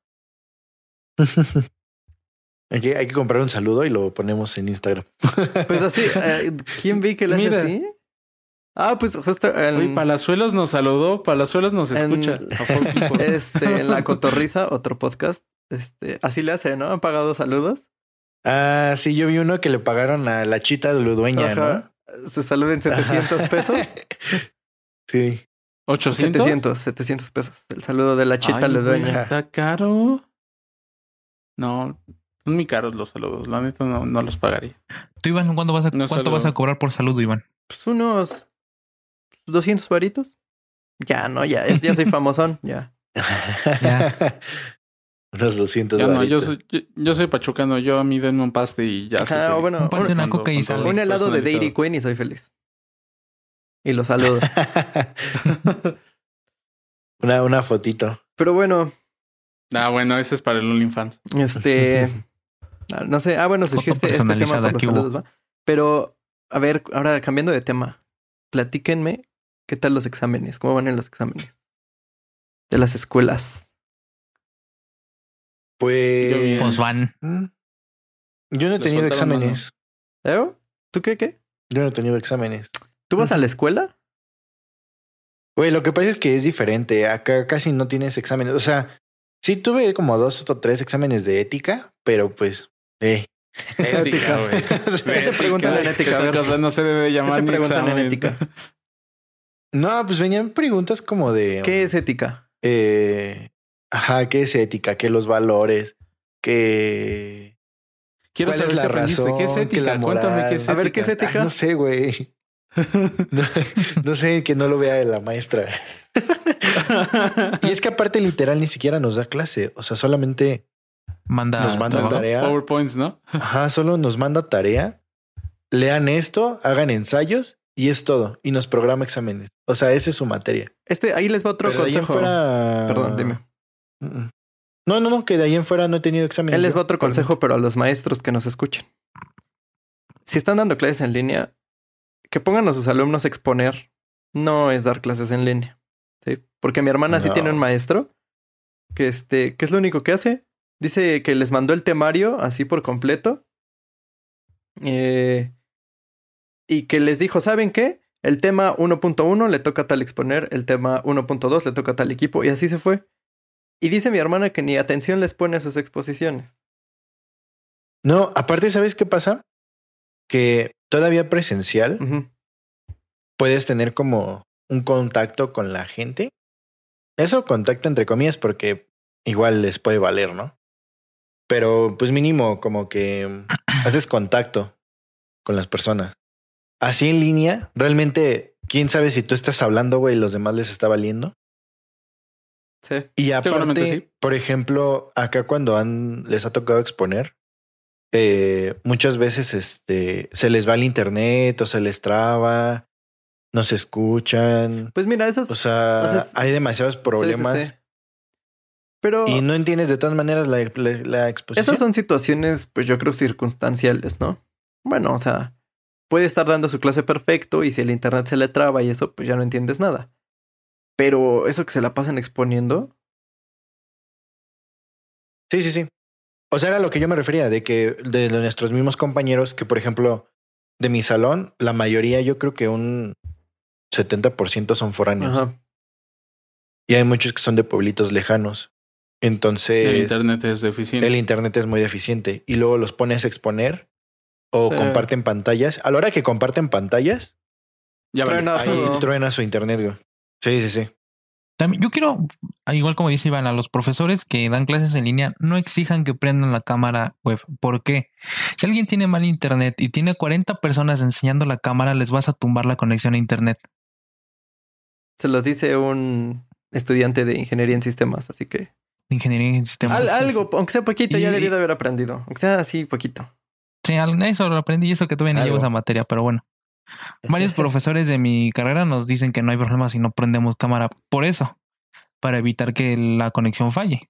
Speaker 3: Hay que, hay que comprar un saludo y lo ponemos en Instagram.
Speaker 2: Pues así, eh, ¿quién vi que le hace
Speaker 1: Mira.
Speaker 2: así? Ah, pues justo en,
Speaker 1: Oye, Palazuelos nos saludó, Palazuelos nos
Speaker 2: En-
Speaker 1: escucha. A full people.
Speaker 2: este, en La Cotorriza, otro podcast. Este, así le hace, ¿no? Han pagado saludos.
Speaker 3: Ah, sí, yo vi uno que le pagaron a la chita de Ludueña,
Speaker 2: Ajá. Se saluden
Speaker 3: ¿no?
Speaker 2: setecientos pesos.
Speaker 3: Sí.
Speaker 1: ¿ochocientos?
Speaker 2: setecientos, setecientos pesos. El saludo de la chita
Speaker 1: Ay, güey,
Speaker 2: Ludueña.
Speaker 1: ¿Está caro? No, son muy caros los saludos. La neta no, no los pagaría.
Speaker 4: ¿Tú, Iván, cuánto vas a,
Speaker 1: No
Speaker 4: cuánto
Speaker 1: saludo.
Speaker 4: vas a cobrar por saludo, Iván?
Speaker 2: Pues unos doscientos varitos. Ya, no, ya, es, ya soy famosón, ya.
Speaker 4: Ya.
Speaker 3: Unos doscientos
Speaker 1: Ya no, yo
Speaker 3: varitos.
Speaker 1: soy, yo, yo soy pachucano. Yo a mí denme un paste y ya. soy
Speaker 2: Ah,
Speaker 1: feliz.
Speaker 2: bueno,
Speaker 4: Un paste, una
Speaker 1: Cuando-
Speaker 4: coca y
Speaker 1: cuando
Speaker 4: sal.
Speaker 2: un helado de
Speaker 1: personalizado.
Speaker 2: Dairy Queen y soy feliz. Y los saludo.
Speaker 3: una, una fotito.
Speaker 2: Pero bueno,
Speaker 1: Ah, bueno, ese es para el OnlyFans.
Speaker 2: este... ah, no sé, ah, bueno, surgió
Speaker 4: Foto
Speaker 2: este, este tema
Speaker 4: personalizada
Speaker 2: por los
Speaker 4: que hubo.
Speaker 2: saludos, ¿va? Pero, a ver, ahora cambiando de tema, platíquenme qué tal los exámenes, cómo van en los exámenes de las escuelas.
Speaker 3: Pues.
Speaker 1: Yo bien.
Speaker 4: Pues van.
Speaker 3: Mm. Yo no he
Speaker 1: Les
Speaker 3: tenido
Speaker 1: faltaron
Speaker 3: exámenes.
Speaker 2: ¿Leo? ¿Tú qué, qué?
Speaker 3: Yo no he tenido exámenes.
Speaker 2: ¿Tú vas a la escuela?
Speaker 3: Güey, lo que pasa es que es diferente. Acá casi no tienes exámenes. O sea, sí tuve como dos o tres exámenes de ética, pero pues. Eh.
Speaker 1: Ética, güey.
Speaker 2: ¿Qué te preguntan en ética? A
Speaker 1: Esa
Speaker 2: ver.
Speaker 1: cosa no se debe
Speaker 2: ¿Qué
Speaker 1: llamar
Speaker 2: te
Speaker 1: ni
Speaker 2: preguntan en
Speaker 1: examen.
Speaker 2: ética?
Speaker 3: No, pues venían preguntas como de...
Speaker 2: ¿Qué es ética?
Speaker 3: Eh, ajá, ¿qué es ética? ¿Qué los valores? ¿Qué...
Speaker 1: Quiero
Speaker 3: ¿Cuál
Speaker 1: saber
Speaker 3: es la
Speaker 1: si aprendiste.
Speaker 3: razón?
Speaker 1: ¿Qué es
Speaker 3: ¿Qué
Speaker 1: ética?
Speaker 3: la moral?
Speaker 1: Cuéntame qué es
Speaker 2: A
Speaker 1: ética.
Speaker 2: ver, ¿qué es ética?
Speaker 3: Ay, no sé, güey. No, no sé, que no lo vea la maestra. Y es que aparte literal ni siquiera nos da clase. O sea, solamente
Speaker 4: Manda
Speaker 3: nos manda
Speaker 4: trabajo.
Speaker 3: tarea.
Speaker 1: PowerPoints, ¿no?
Speaker 3: Ajá, solo nos manda tarea. Lean esto, hagan ensayos y es todo. Y nos programa exámenes. O sea, esa es su materia.
Speaker 2: Este, ahí les va otro
Speaker 3: Pero de ahí en
Speaker 2: consejo.
Speaker 3: fuera...
Speaker 2: Perdón, dime.
Speaker 3: Mm-mm. No, no, no, que de ahí en fuera no he tenido exámenes.
Speaker 2: Él les
Speaker 3: yo,
Speaker 2: va otro consejo, pero a los maestros que nos escuchen. Si están dando clases en línea, que pongan a sus alumnos a exponer no es dar clases en línea. ¿Sí? Porque mi hermana sí
Speaker 3: No.
Speaker 2: tiene un maestro que, este, ¿qué es lo único que hace? Dice que les mandó el temario así por completo. Eh, y que les dijo, ¿saben qué? El tema uno punto uno le toca a tal exponer, el tema uno punto dos le toca a tal equipo, y así se fue. Y dice mi hermana que ni atención les pone a sus exposiciones.
Speaker 3: No, aparte, ¿sabes qué pasa? Que todavía presencial
Speaker 2: Ujú.
Speaker 3: puedes tener como un contacto con la gente. Eso contacto entre comillas porque igual les puede valer, ¿no? Pero pues mínimo como que haces contacto con las personas. Así en línea, realmente, ¿quién sabe si tú estás hablando, güey, y los demás les está valiendo?
Speaker 2: Sí.
Speaker 3: Y
Speaker 1: Seguramente
Speaker 3: aparte,
Speaker 1: sí.
Speaker 3: por ejemplo, acá cuando han, les ha tocado exponer, eh, muchas veces este, se les va el internet o se les traba, no se escuchan.
Speaker 2: Pues mira, esas...
Speaker 3: O sea,
Speaker 2: o sea, es-
Speaker 3: hay demasiados problemas
Speaker 2: sí, sí, sí. Pero
Speaker 3: y no entiendes de todas maneras la, la, la exposición.
Speaker 2: esas son situaciones, pues yo creo, circunstanciales, ¿no? Bueno, o sea, puede estar dando su clase perfecto y si el internet se le traba y eso, pues ya no entiendes nada. Pero eso que se la pasan exponiendo,
Speaker 3: Sí, sí, sí. O sea, era lo que yo me refería, de que de nuestros mismos compañeros, que por ejemplo, de mi salón, la mayoría, yo creo que un setenta por ciento son foráneos.
Speaker 2: ajá.
Speaker 3: Y hay muchos que son de pueblitos lejanos. Entonces,
Speaker 1: El internet es deficiente.
Speaker 3: el internet es muy deficiente. Y luego los pones a exponer o
Speaker 2: Sí.
Speaker 3: comparten pantallas. A la hora que comparten pantallas,
Speaker 1: Ya vale.
Speaker 2: Truena.
Speaker 3: ahí
Speaker 2: Ajá.
Speaker 3: truena su internet, güey. Sí, sí, sí.
Speaker 4: También, yo quiero, igual como dice Iván, a los profesores que dan clases en línea, no exijan que prendan la cámara web. ¿Por qué? Si alguien tiene mal internet y tiene cuarenta personas enseñando la cámara, les vas a tumbar la conexión a internet.
Speaker 2: Se los dice un estudiante de ingeniería en sistemas, así que...
Speaker 4: Ingeniería en sistemas.
Speaker 2: Al- algo, aunque sea poquito, ya
Speaker 4: Y-
Speaker 2: debió de haber aprendido. Aunque sea así, poquito.
Speaker 4: Sí, al- eso lo aprendí y eso que todavía ni
Speaker 3: Algo.
Speaker 4: llevo esa materia, pero bueno. Varios profesores de mi carrera nos dicen que no hay problema si no prendemos cámara por eso, para evitar que la conexión falle.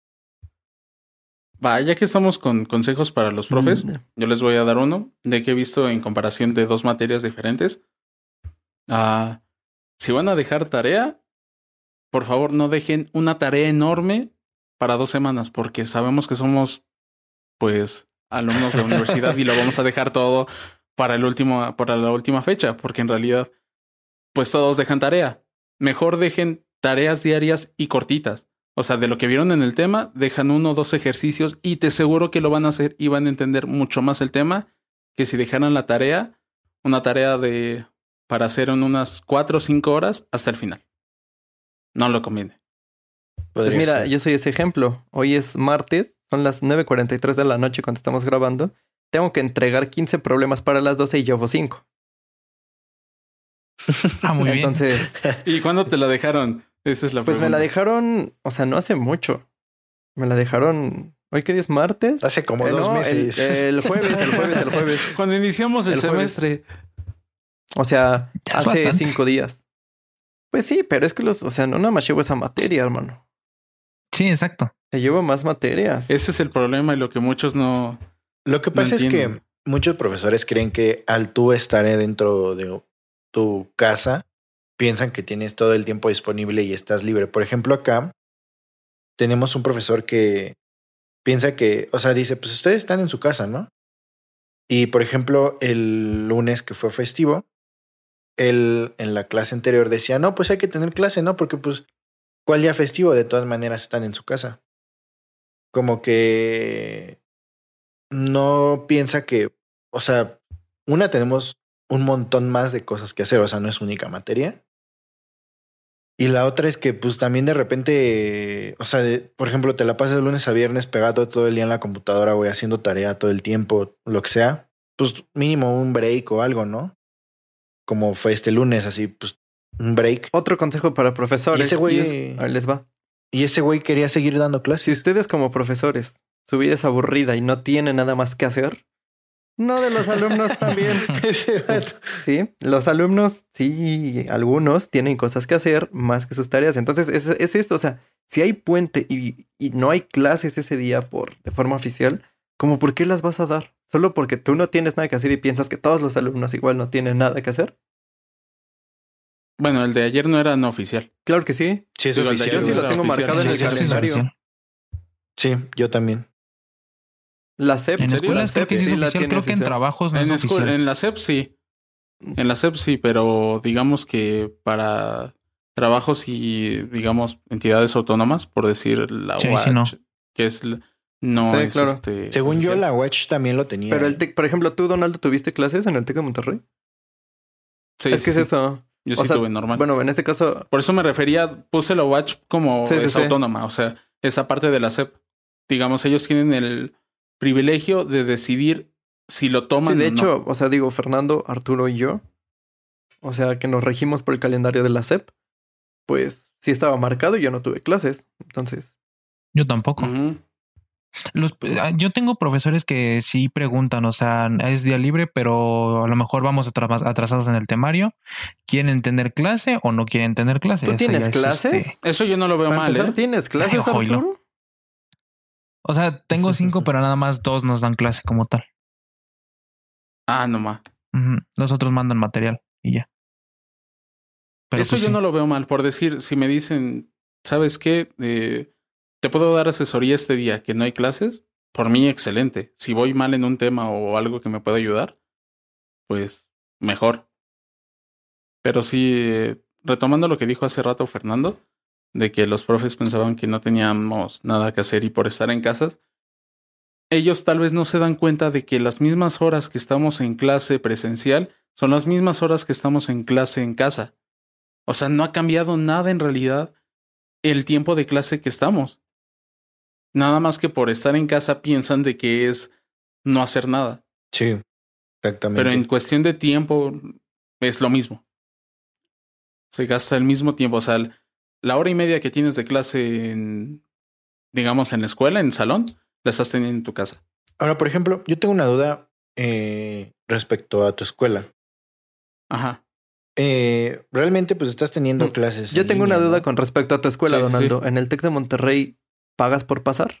Speaker 1: Va, ya que estamos con consejos para los profes,
Speaker 2: Mm,
Speaker 1: yo les voy a dar uno de que he visto en comparación de dos materias diferentes. Ah, si van a dejar tarea, por favor no dejen una tarea enorme para dos semanas, porque sabemos que somos, pues, alumnos de universidad y lo vamos a dejar todo para el último, para la última fecha, porque en realidad, pues todos dejan tarea. Mejor dejen tareas diarias y cortitas. O sea, de lo que vieron en el tema, dejan uno o dos ejercicios y te aseguro que lo van a hacer y van a entender mucho más el tema que si dejaran la tarea, una tarea de para hacer en unas cuatro o cinco horas hasta el final. No lo conviene.
Speaker 2: Pues
Speaker 3: Podría
Speaker 2: mira,
Speaker 3: ser.
Speaker 2: yo soy ese ejemplo. Hoy es martes, son las nueve cuarenta y tres de la noche cuando estamos grabando. Tengo que entregar quince problemas para las doce y llevo cinco.
Speaker 4: Ah, muy bien.
Speaker 2: Entonces,
Speaker 1: ¿Y cuándo te la dejaron? Esa es la
Speaker 2: pues me
Speaker 1: pregunta.
Speaker 2: la dejaron, o sea, no hace mucho. Me la dejaron, ¿hoy qué día es martes?
Speaker 3: Hace como
Speaker 2: Eh,
Speaker 3: dos
Speaker 2: no, el,
Speaker 3: meses.
Speaker 2: el jueves, el jueves, el jueves.
Speaker 1: Cuando iniciamos el,
Speaker 2: El jueves.
Speaker 1: semestre.
Speaker 2: O sea,
Speaker 4: Ya es
Speaker 2: hace
Speaker 4: bastante.
Speaker 2: cinco días. Pues sí, pero es que los, o sea, no nada más llevo esa materia, hermano.
Speaker 4: Sí, exacto.
Speaker 2: Te llevo más materias.
Speaker 1: Ese es el problema y lo que muchos no...
Speaker 3: Lo que
Speaker 1: No
Speaker 3: pasa es
Speaker 1: entiendo.
Speaker 3: que muchos profesores creen que al tú estar dentro de tu casa, piensan que tienes todo el tiempo disponible y estás libre. Por ejemplo, acá tenemos un profesor que piensa que, o sea, dice, pues ustedes están en su casa, ¿no? Y por ejemplo, el lunes que fue festivo, él en la clase anterior decía, no, pues hay que tener clase, ¿no? Porque pues, ¿cuál día festivo? De todas maneras están en su casa. Como que no piensa que, o sea, una, tenemos un montón más de cosas que hacer, o sea, no es única materia. Y la otra es que pues también de repente, o sea, de- por ejemplo, te la pasas de lunes a viernes pegado todo el día en la computadora, güey, haciendo tarea todo el tiempo, lo que sea. Pues mínimo un break o algo, ¿no? Como fue este lunes, así, pues un break.
Speaker 2: Otro consejo para profesores.
Speaker 3: Y ese güey-
Speaker 2: y es- ahí les va.
Speaker 3: Y ese güey quería seguir dando
Speaker 2: Si
Speaker 3: clases.
Speaker 2: ustedes como profesores, su vida es aburrida y no tienen nada más que hacer, no de los alumnos también.
Speaker 3: Ese vato.
Speaker 2: Sí, los alumnos, sí, algunos tienen cosas que hacer más que sus tareas. Entonces, es, es esto, o sea, si hay puente y, y no hay clases ese día por, de forma oficial, ¿cómo por qué las vas a dar? ¿Solo porque tú no tienes nada que hacer y piensas que todos los alumnos igual no tienen nada que hacer?
Speaker 1: Bueno, el de ayer no era no oficial.
Speaker 2: Claro que sí.
Speaker 3: Sí, es
Speaker 1: Digo, el de
Speaker 3: oficial.
Speaker 2: Yo sí
Speaker 1: era
Speaker 2: lo tengo
Speaker 1: oficial.
Speaker 2: marcado en
Speaker 4: Sí,
Speaker 2: el
Speaker 4: sí, sí, es
Speaker 2: calendario.
Speaker 4: oficial.
Speaker 3: Sí, yo también.
Speaker 2: La S E P.
Speaker 4: En
Speaker 2: la
Speaker 4: escuelas creo
Speaker 2: S E P
Speaker 4: que sí es
Speaker 2: la
Speaker 4: oficial,
Speaker 2: tiene
Speaker 4: creo que en
Speaker 2: oficial.
Speaker 4: trabajos no
Speaker 1: En,
Speaker 4: es
Speaker 1: escu-
Speaker 4: oficial.
Speaker 1: en la S E P sí. En la S E P sí, pero digamos que para trabajos y, digamos, entidades autónomas, por decir la
Speaker 4: Sí,
Speaker 1: U A
Speaker 4: sí, no.
Speaker 1: H, que es l- no
Speaker 2: Sí,
Speaker 1: es
Speaker 2: claro.
Speaker 1: este.
Speaker 3: Según yo,
Speaker 1: oficial.
Speaker 3: la Watch también lo tenía.
Speaker 2: Pero el TEC, por ejemplo, tú, Donaldo, ¿tuviste clases en el TEC de Monterrey?
Speaker 1: Sí,
Speaker 2: es
Speaker 1: sí,
Speaker 2: que
Speaker 1: sí.
Speaker 2: es eso.
Speaker 1: Yo
Speaker 2: O
Speaker 1: sí
Speaker 2: sea,
Speaker 1: tuve normal.
Speaker 2: Bueno, en este caso,
Speaker 1: Por eso me refería, puse la U A H como
Speaker 2: Sí, sí,
Speaker 1: es
Speaker 2: sí.
Speaker 1: autónoma, o sea, esa parte de la S E P. Digamos, ellos tienen el privilegio de decidir si lo toman
Speaker 2: sí, de
Speaker 1: o no.
Speaker 2: hecho, o sea, digo, Fernando, Arturo y yo, o sea, que nos regimos por el calendario de la S E P, pues sí estaba marcado y yo no tuve clases. Entonces,
Speaker 4: Yo tampoco.
Speaker 1: Ujú.
Speaker 4: Los, ah, yo tengo profesores que sí preguntan, o sea, es día libre, pero a lo mejor vamos atra- atrasados en el temario. ¿Quieren tener clase o no quieren tener clase?
Speaker 2: ¿tú
Speaker 4: Eso
Speaker 2: tienes
Speaker 4: ya es,
Speaker 2: clases?
Speaker 4: este,
Speaker 1: Eso yo no lo veo
Speaker 2: Para
Speaker 1: mal,
Speaker 2: empezar,
Speaker 1: ¿eh?
Speaker 2: ¿tienes clases,
Speaker 4: Ay, oílo.
Speaker 2: Arturo?
Speaker 4: O sea, tengo cinco, pero nada más dos nos dan clase como tal.
Speaker 1: Ah, no más.
Speaker 4: Ujú. Los otros mandan material y ya. Pero
Speaker 1: Eso
Speaker 4: pues
Speaker 1: yo
Speaker 4: sí.
Speaker 1: no lo veo mal. Por decir, si me dicen, ¿sabes qué? Eh, te puedo dar asesoría este día que no hay clases. Por mí, excelente. Si voy mal en un tema o algo que me pueda ayudar, pues mejor. Pero sí, eh, retomando lo que dijo hace rato Fernando, de que los profes pensaban que no teníamos nada que hacer y por estar en casas, ellos tal vez no se dan cuenta de que las mismas horas que estamos en clase presencial son las mismas horas que estamos en clase en casa. O sea, no ha cambiado nada en realidad el tiempo de clase que estamos. Nada más que por estar en casa piensan de que es no hacer nada.
Speaker 3: Sí, exactamente.
Speaker 1: Pero en cuestión de tiempo es lo mismo. Se gasta el mismo tiempo. O sea, la hora y media que tienes de clase en, digamos, en la escuela, en el salón, la estás teniendo en tu casa.
Speaker 3: Ahora, por ejemplo, yo tengo una duda eh, respecto a tu escuela.
Speaker 1: Ajá.
Speaker 3: Eh, realmente, pues estás teniendo
Speaker 2: Mm,
Speaker 3: clases.
Speaker 2: yo
Speaker 3: en
Speaker 2: tengo una
Speaker 3: línea,
Speaker 2: duda
Speaker 3: ¿no?
Speaker 2: con respecto a tu escuela,
Speaker 1: Sí, sí,
Speaker 2: Donaldo.
Speaker 1: sí.
Speaker 2: ¿En el TEC de Monterrey pagas por pasar?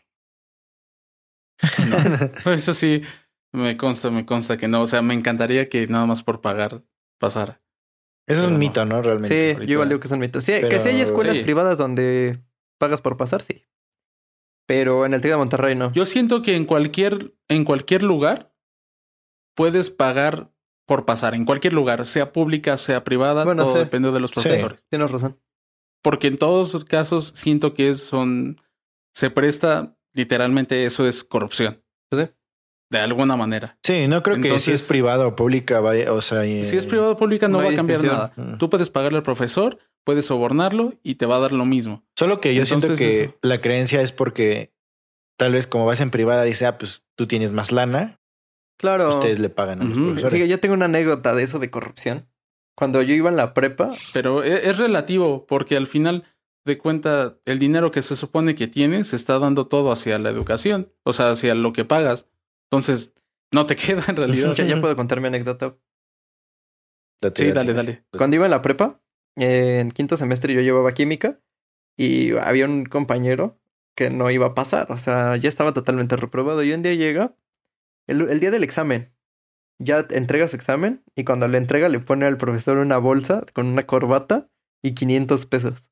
Speaker 1: No. Eso sí, me consta, me consta que no. O sea, me encantaría que nada más por pagar pasara.
Speaker 3: Eso es
Speaker 1: Pero
Speaker 3: un
Speaker 1: no.
Speaker 3: mito, ¿no?
Speaker 2: Sí,
Speaker 3: Realmente.
Speaker 1: ahorita-
Speaker 2: yo igual digo que son mitos. Sí, que
Speaker 3: Pero-
Speaker 2: sí hay escuelas
Speaker 1: Sí.
Speaker 2: privadas donde pagas por pasar, sí. Pero en el TEC de Monterrey no.
Speaker 1: Yo siento que en cualquier, en cualquier lugar puedes pagar por pasar. En cualquier lugar, sea pública, sea privada,
Speaker 2: Bueno,
Speaker 1: todo
Speaker 2: sí.
Speaker 1: depende de los
Speaker 3: Sí.
Speaker 1: profesores.
Speaker 2: Tienes razón.
Speaker 1: Porque en todos los casos siento que es, son, se presta, literalmente eso es corrupción.
Speaker 2: Pues sí.
Speaker 1: De alguna manera.
Speaker 3: Sí, no creo que si es
Speaker 1: Entonces-
Speaker 3: privada o pública vaya, o sea... eh,
Speaker 1: Si es privado o pública no,
Speaker 2: no
Speaker 1: va
Speaker 2: hay
Speaker 1: a cambiar
Speaker 2: distinción.
Speaker 1: nada.
Speaker 3: Mm.
Speaker 1: Tú puedes pagarle al profesor, puedes sobornarlo y te va a dar lo mismo.
Speaker 3: Solo que yo
Speaker 1: Entonces,
Speaker 3: siento que
Speaker 1: eso.
Speaker 3: la creencia es porque tal vez como vas en privada dice, ah, pues tú tienes más lana,
Speaker 2: Claro.
Speaker 3: ustedes le pagan a los
Speaker 1: Ujú.
Speaker 3: profesores.
Speaker 2: Fíjate, yo tengo una anécdota de eso de corrupción. Cuando yo iba en la prepa,
Speaker 1: Pero e- es relativo porque al final de cuenta el dinero que se supone que tienes se está dando todo hacia la educación. O sea, hacia lo que pagas. Entonces, no te queda en realidad.
Speaker 2: ya, ya puedo contar mi anécdota.
Speaker 3: Date,
Speaker 1: Sí,
Speaker 3: date.
Speaker 1: dale, dale.
Speaker 2: Cuando iba en la prepa, eh, en quinto semestre yo llevaba química y había un compañero que no iba a pasar. O sea, ya estaba totalmente reprobado. Y un día llega, el, el día del examen, ya entrega su examen y cuando le entrega le pone al profesor una bolsa con una corbata y quinientos pesos.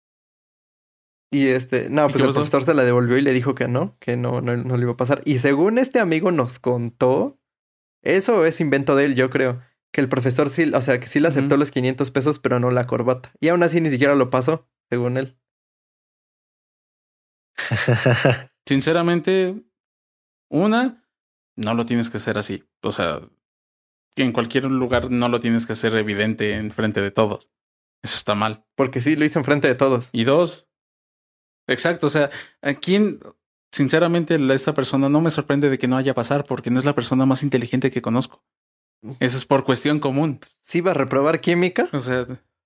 Speaker 2: Y este, no,
Speaker 1: ¿Y
Speaker 2: pues
Speaker 1: qué
Speaker 2: el
Speaker 1: pasó?
Speaker 2: profesor se la devolvió y le dijo que no, que no, no, no le iba a pasar. Y según este amigo nos contó, eso es invento de él, yo creo, que el profesor sí, o sea, que sí le aceptó
Speaker 1: Ujú.
Speaker 2: los quinientos pesos, pero no la corbata. Y aún así ni siquiera lo pasó, según él.
Speaker 1: Sinceramente, una, no lo tienes que hacer así. O sea, que en cualquier lugar no lo tienes que hacer evidente en frente de todos. Eso está mal.
Speaker 2: Porque sí, lo hizo enfrente de todos.
Speaker 1: Y dos, exacto, o sea, ¿a quién, sinceramente, esta persona no me sorprende de que no haya pasar porque no es la persona más inteligente que conozco? Eso es por cuestión común.
Speaker 2: ¿Sí va a reprobar química?
Speaker 1: O sea,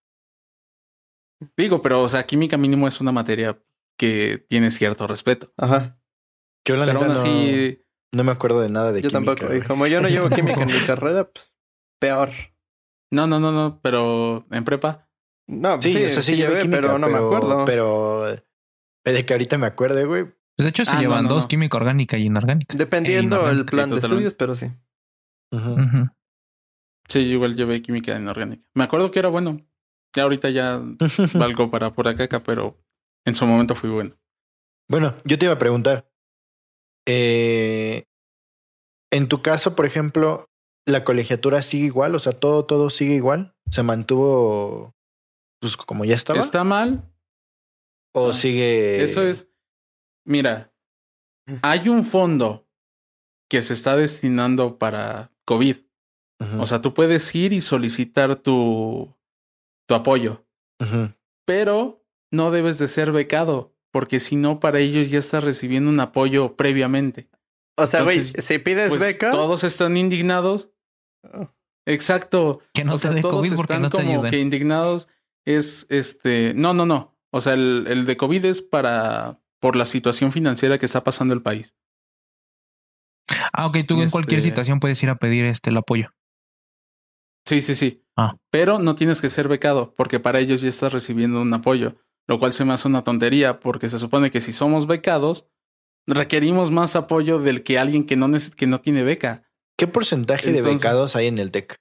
Speaker 1: digo, pero, o sea, química mínimo es una materia que tiene cierto respeto.
Speaker 2: Ajá.
Speaker 3: Yo la
Speaker 1: Pero
Speaker 3: neta
Speaker 1: aún así,
Speaker 3: no, no me acuerdo de nada de
Speaker 2: Yo
Speaker 3: química.
Speaker 2: tampoco. Y
Speaker 3: güey.
Speaker 2: como yo no llevo química en mi carrera, pues peor.
Speaker 1: no, no, no, no, pero en prepa,
Speaker 2: No, pues
Speaker 3: Sí,
Speaker 2: sí,
Speaker 3: o sea, sí,
Speaker 2: sí
Speaker 3: llevé
Speaker 2: llevé,
Speaker 3: química,
Speaker 2: pero no me acuerdo.
Speaker 3: Pero de que ahorita me acuerde, güey.
Speaker 4: Pues de hecho se
Speaker 1: Ah, no,
Speaker 4: llevan
Speaker 1: no,
Speaker 4: dos,
Speaker 1: no.
Speaker 4: química orgánica y inorgánica.
Speaker 2: Dependiendo
Speaker 4: Eh,
Speaker 2: el
Speaker 4: inorgánica,
Speaker 2: plan
Speaker 1: sí,
Speaker 2: de
Speaker 1: totalmente.
Speaker 2: estudios, pero sí.
Speaker 3: Ujú.
Speaker 4: Ujú.
Speaker 1: sí, yo igual llevé química inorgánica. Me acuerdo que era bueno. Ya ahorita ya valgo para pura caca, pero en su momento fui bueno.
Speaker 3: Bueno, yo te iba a preguntar. Eh, en tu caso, por ejemplo, ¿la colegiatura sigue igual? O sea, todo, todo sigue igual. ¿Se mantuvo pues como ya estaba?
Speaker 1: ¿Está mal?
Speaker 3: ¿O
Speaker 1: no.
Speaker 3: sigue?
Speaker 1: Eso es, mira, hay un fondo que se está destinando para COVID.
Speaker 3: Ujú,
Speaker 1: O sea, tú puedes ir y solicitar tu, tu apoyo,
Speaker 3: ujú.
Speaker 1: pero no debes de ser becado, porque si no, para ellos ya estás recibiendo un apoyo previamente.
Speaker 2: O sea, güey,
Speaker 1: Entonces,
Speaker 2: si pides
Speaker 1: Pues
Speaker 2: beca,
Speaker 1: todos están indignados. Exacto.
Speaker 4: Que no
Speaker 1: O
Speaker 4: te
Speaker 1: sea,
Speaker 4: dé
Speaker 1: todos
Speaker 4: COVID porque
Speaker 1: están
Speaker 4: no te
Speaker 1: como
Speaker 4: ayudan.
Speaker 1: que indignados. Es este. No, no, no. O sea, el, el de COVID es para por la situación financiera que está pasando el país.
Speaker 4: Ah, ok, tú en cualquier
Speaker 1: Este-
Speaker 4: situación puedes ir a pedir este el apoyo.
Speaker 1: Sí, sí, sí.
Speaker 4: Ah.
Speaker 1: Pero no tienes que ser becado, porque para ellos ya estás recibiendo un apoyo, lo cual se me hace una tontería, porque se supone que si somos becados, requerimos más apoyo del que alguien que no, neces- que no tiene beca.
Speaker 3: ¿Qué porcentaje de
Speaker 1: Entonces-
Speaker 3: becados hay en el TEC?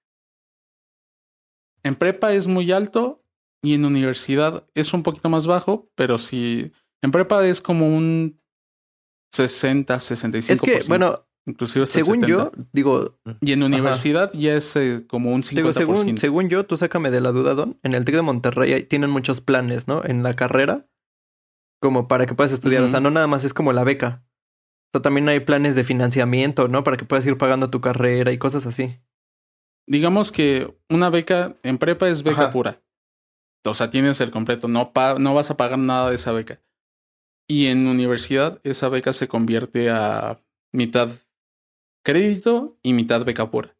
Speaker 1: En prepa es muy alto y en universidad es un poquito más bajo, pero sí. En prepa es como un sesenta, sesenta y
Speaker 2: es
Speaker 1: cinco por ciento.
Speaker 2: que, bueno,
Speaker 1: inclusive hasta el
Speaker 2: según yo,
Speaker 1: setenta.
Speaker 2: digo,
Speaker 1: Y en universidad ya es eh, como un
Speaker 2: digo
Speaker 1: cincuenta por ciento.
Speaker 2: según, según yo, tú sácame de la duda, Don, en el TEC de Monterrey hay- tienen muchos planes, ¿no? En la carrera, como para que puedas estudiar.
Speaker 1: Ujú.
Speaker 2: O sea, no nada más es como la beca. O sea, también hay planes de financiamiento, ¿no? Para que puedas ir pagando tu carrera y cosas así.
Speaker 1: Digamos que una beca en prepa es beca
Speaker 2: Ajá.
Speaker 1: pura. O sea, tienes el completo, no, pa- no vas a pagar nada de esa beca. Y en universidad esa beca se convierte a mitad crédito y mitad beca pura.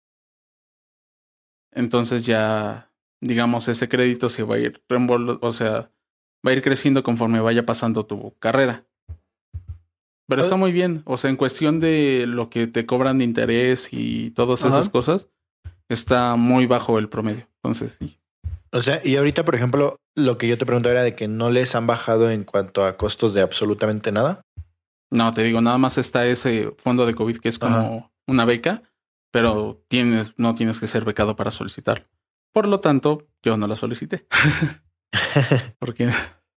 Speaker 1: Entonces ya, digamos, ese crédito se va a ir reembol- o sea, va a ir creciendo conforme vaya pasando tu carrera. Pero está muy bien. O sea, en cuestión de lo que te cobran de interés y todas
Speaker 2: Ajá.
Speaker 1: esas cosas, está muy bajo el promedio. Entonces, sí.
Speaker 3: O sea, y ahorita, por ejemplo, lo que yo te preguntaba era de que no les han bajado en cuanto a costos de absolutamente nada.
Speaker 1: No, te digo, nada más está ese fondo de COVID que es como
Speaker 3: Ajá.
Speaker 1: una beca, pero tienes, no tienes que ser becado para solicitarlo. Por lo tanto, yo no la solicité. Porque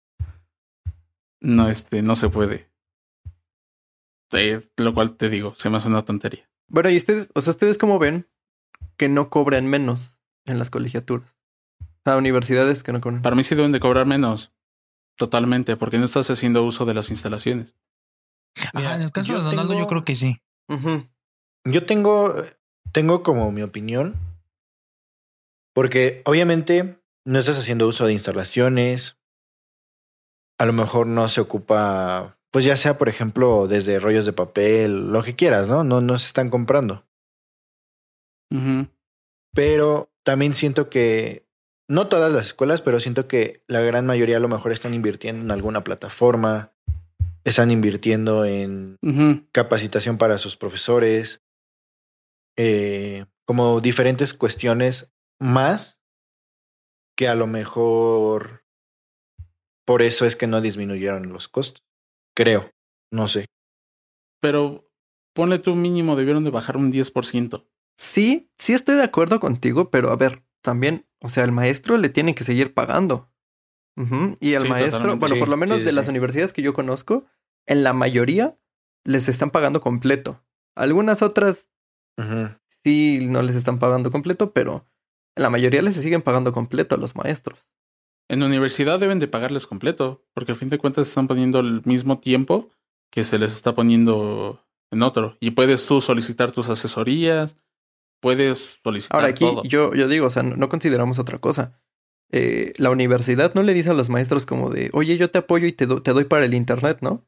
Speaker 1: no, este, no se puede. Eh, lo cual te digo, se me hace una tontería.
Speaker 2: Bueno, y ustedes, o sea, ¿ustedes cómo ven que no cobren menos en las colegiaturas? O sea, universidades que no cobran.
Speaker 1: Para mí sí deben de cobrar menos. Totalmente, porque no estás haciendo uso de las instalaciones.
Speaker 3: Mira,
Speaker 4: Ajá, en el caso
Speaker 3: yo
Speaker 4: de Donaldo
Speaker 3: tengo-
Speaker 4: yo creo que sí.
Speaker 2: Ujú.
Speaker 3: Yo tengo, tengo como mi opinión, porque obviamente no estás haciendo uso de instalaciones, a lo mejor no se ocupa, pues ya sea, por ejemplo, desde rollos de papel, lo que quieras, ¿no? No, no se están comprando.
Speaker 1: Ujú.
Speaker 3: Pero también siento que, no todas las escuelas, pero siento que la gran mayoría a lo mejor están invirtiendo en alguna plataforma, están invirtiendo en
Speaker 1: Ujú.
Speaker 3: capacitación para sus profesores, eh, como diferentes cuestiones más que a lo mejor por eso es que no disminuyeron los costos. Creo, no sé.
Speaker 1: Pero ponle tú mínimo, debieron de bajar un diez por ciento.
Speaker 2: Sí, sí estoy de acuerdo contigo, pero a ver, también, o sea, al maestro le tienen que seguir pagando. Ujú. Y al
Speaker 1: Sí,
Speaker 2: maestro,
Speaker 1: totalmente.
Speaker 2: bueno,
Speaker 3: Sí,
Speaker 2: por lo menos
Speaker 3: sí,
Speaker 2: de
Speaker 3: sí.
Speaker 2: las universidades que yo conozco, en la mayoría les están pagando completo. Algunas otras
Speaker 3: Ujú.
Speaker 2: sí no les están pagando completo, pero en la mayoría les siguen pagando completo a los maestros.
Speaker 1: En universidad deben de pagarles completo, porque al fin de cuentas están poniendo el mismo tiempo que se les está poniendo en otro. Y puedes tú solicitar tus asesorías, puedes solicitar
Speaker 2: Ahora aquí
Speaker 1: todo.
Speaker 2: yo, yo digo, o sea, no, no consideramos otra cosa. eh, la universidad no le dice a los maestros como de, oye, yo te apoyo y te, do- te doy para el internet, ¿no?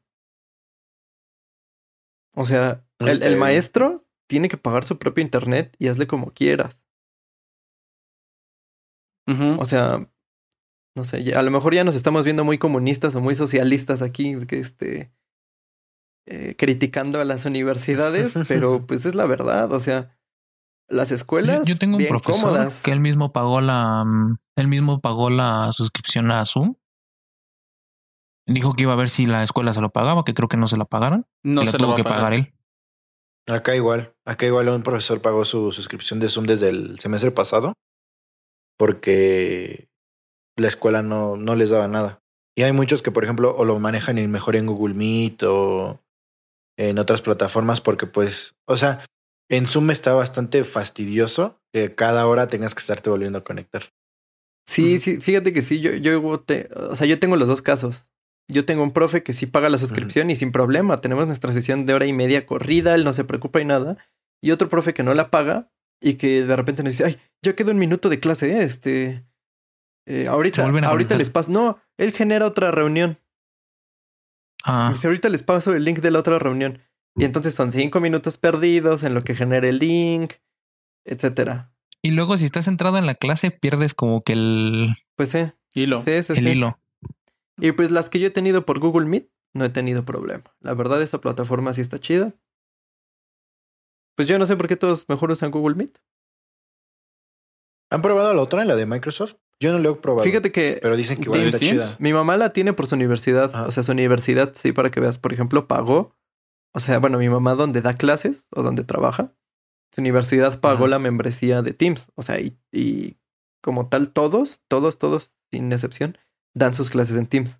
Speaker 2: O sea, el,
Speaker 3: Este-
Speaker 2: el maestro tiene que pagar su propio internet y hazle como quieras.
Speaker 1: Ujú.
Speaker 2: O sea, no sé, ya- a lo mejor ya nos estamos viendo muy comunistas o muy socialistas aquí, que este, eh, criticando a las universidades, pero pues es la verdad, o sea, las
Speaker 4: Yo,
Speaker 2: escuelas
Speaker 4: yo tengo un
Speaker 2: bien
Speaker 4: profesor
Speaker 2: cómodas.
Speaker 4: que él mismo pagó la mm, él mismo pagó la suscripción a Zoom. Dijo que iba a ver si la escuela se lo pagaba, que creo que no se la pagaron.
Speaker 1: No
Speaker 4: y la
Speaker 1: se
Speaker 4: tuvo
Speaker 1: lo va
Speaker 4: que
Speaker 1: a pagar.
Speaker 4: pagar él.
Speaker 3: Acá igual, acá igual un profesor pagó su suscripción de Zoom desde el semestre pasado porque la escuela no, no les daba nada. Y hay muchos que, por ejemplo, o lo manejan en- mejor en Google Meet o en otras plataformas porque pues, o sea, en Zoom está bastante fastidioso que cada hora tengas que estarte volviendo a conectar.
Speaker 2: Sí,
Speaker 1: Ujú.
Speaker 2: sí, fíjate que sí, yo, yo te, o sea, yo tengo los dos casos. Yo tengo un profe que sí paga la suscripción y sin problema, tenemos nuestra sesión de hora y media corrida, él no se preocupa y nada. Y otro profe que no la paga y que de repente nos dice, ay, ya quedó un minuto de clase, ¿eh? este, eh,
Speaker 4: Se
Speaker 2: ahorita,
Speaker 4: vuelven a
Speaker 2: ahorita
Speaker 4: conectar.
Speaker 2: les paso, no, él genera otra reunión.
Speaker 4: Ah,
Speaker 2: Dice, ahorita les paso el link de la otra reunión. Y entonces son cinco minutos perdidos en lo que genera el link, etcétera.
Speaker 4: y luego si estás entrado en la clase pierdes como que el,
Speaker 2: Pues sí,
Speaker 1: Hilo.
Speaker 2: sí, sí,
Speaker 4: el
Speaker 2: sí.
Speaker 4: hilo.
Speaker 2: Y pues las que yo he tenido por Google Meet, no he tenido problema. La verdad, esa plataforma sí está chida. Pues yo no sé por qué todos mejor usan Google Meet.
Speaker 3: ¿Han probado la otra, la de Microsoft? Yo no lo he probado.
Speaker 2: Fíjate que
Speaker 3: Pero dicen que igual
Speaker 1: ¿De
Speaker 3: está
Speaker 1: Teams?
Speaker 3: chida.
Speaker 2: mi mamá la tiene por su universidad.
Speaker 3: Ajá.
Speaker 2: O sea, su universidad, sí, para que veas, por ejemplo, pagó. O sea, bueno, mi mamá donde da clases o donde trabaja, su universidad pagó
Speaker 3: Ajá.
Speaker 2: la membresía de Teams. O sea, y, y como tal, todos, todos, todos, sin excepción, dan sus clases en Teams.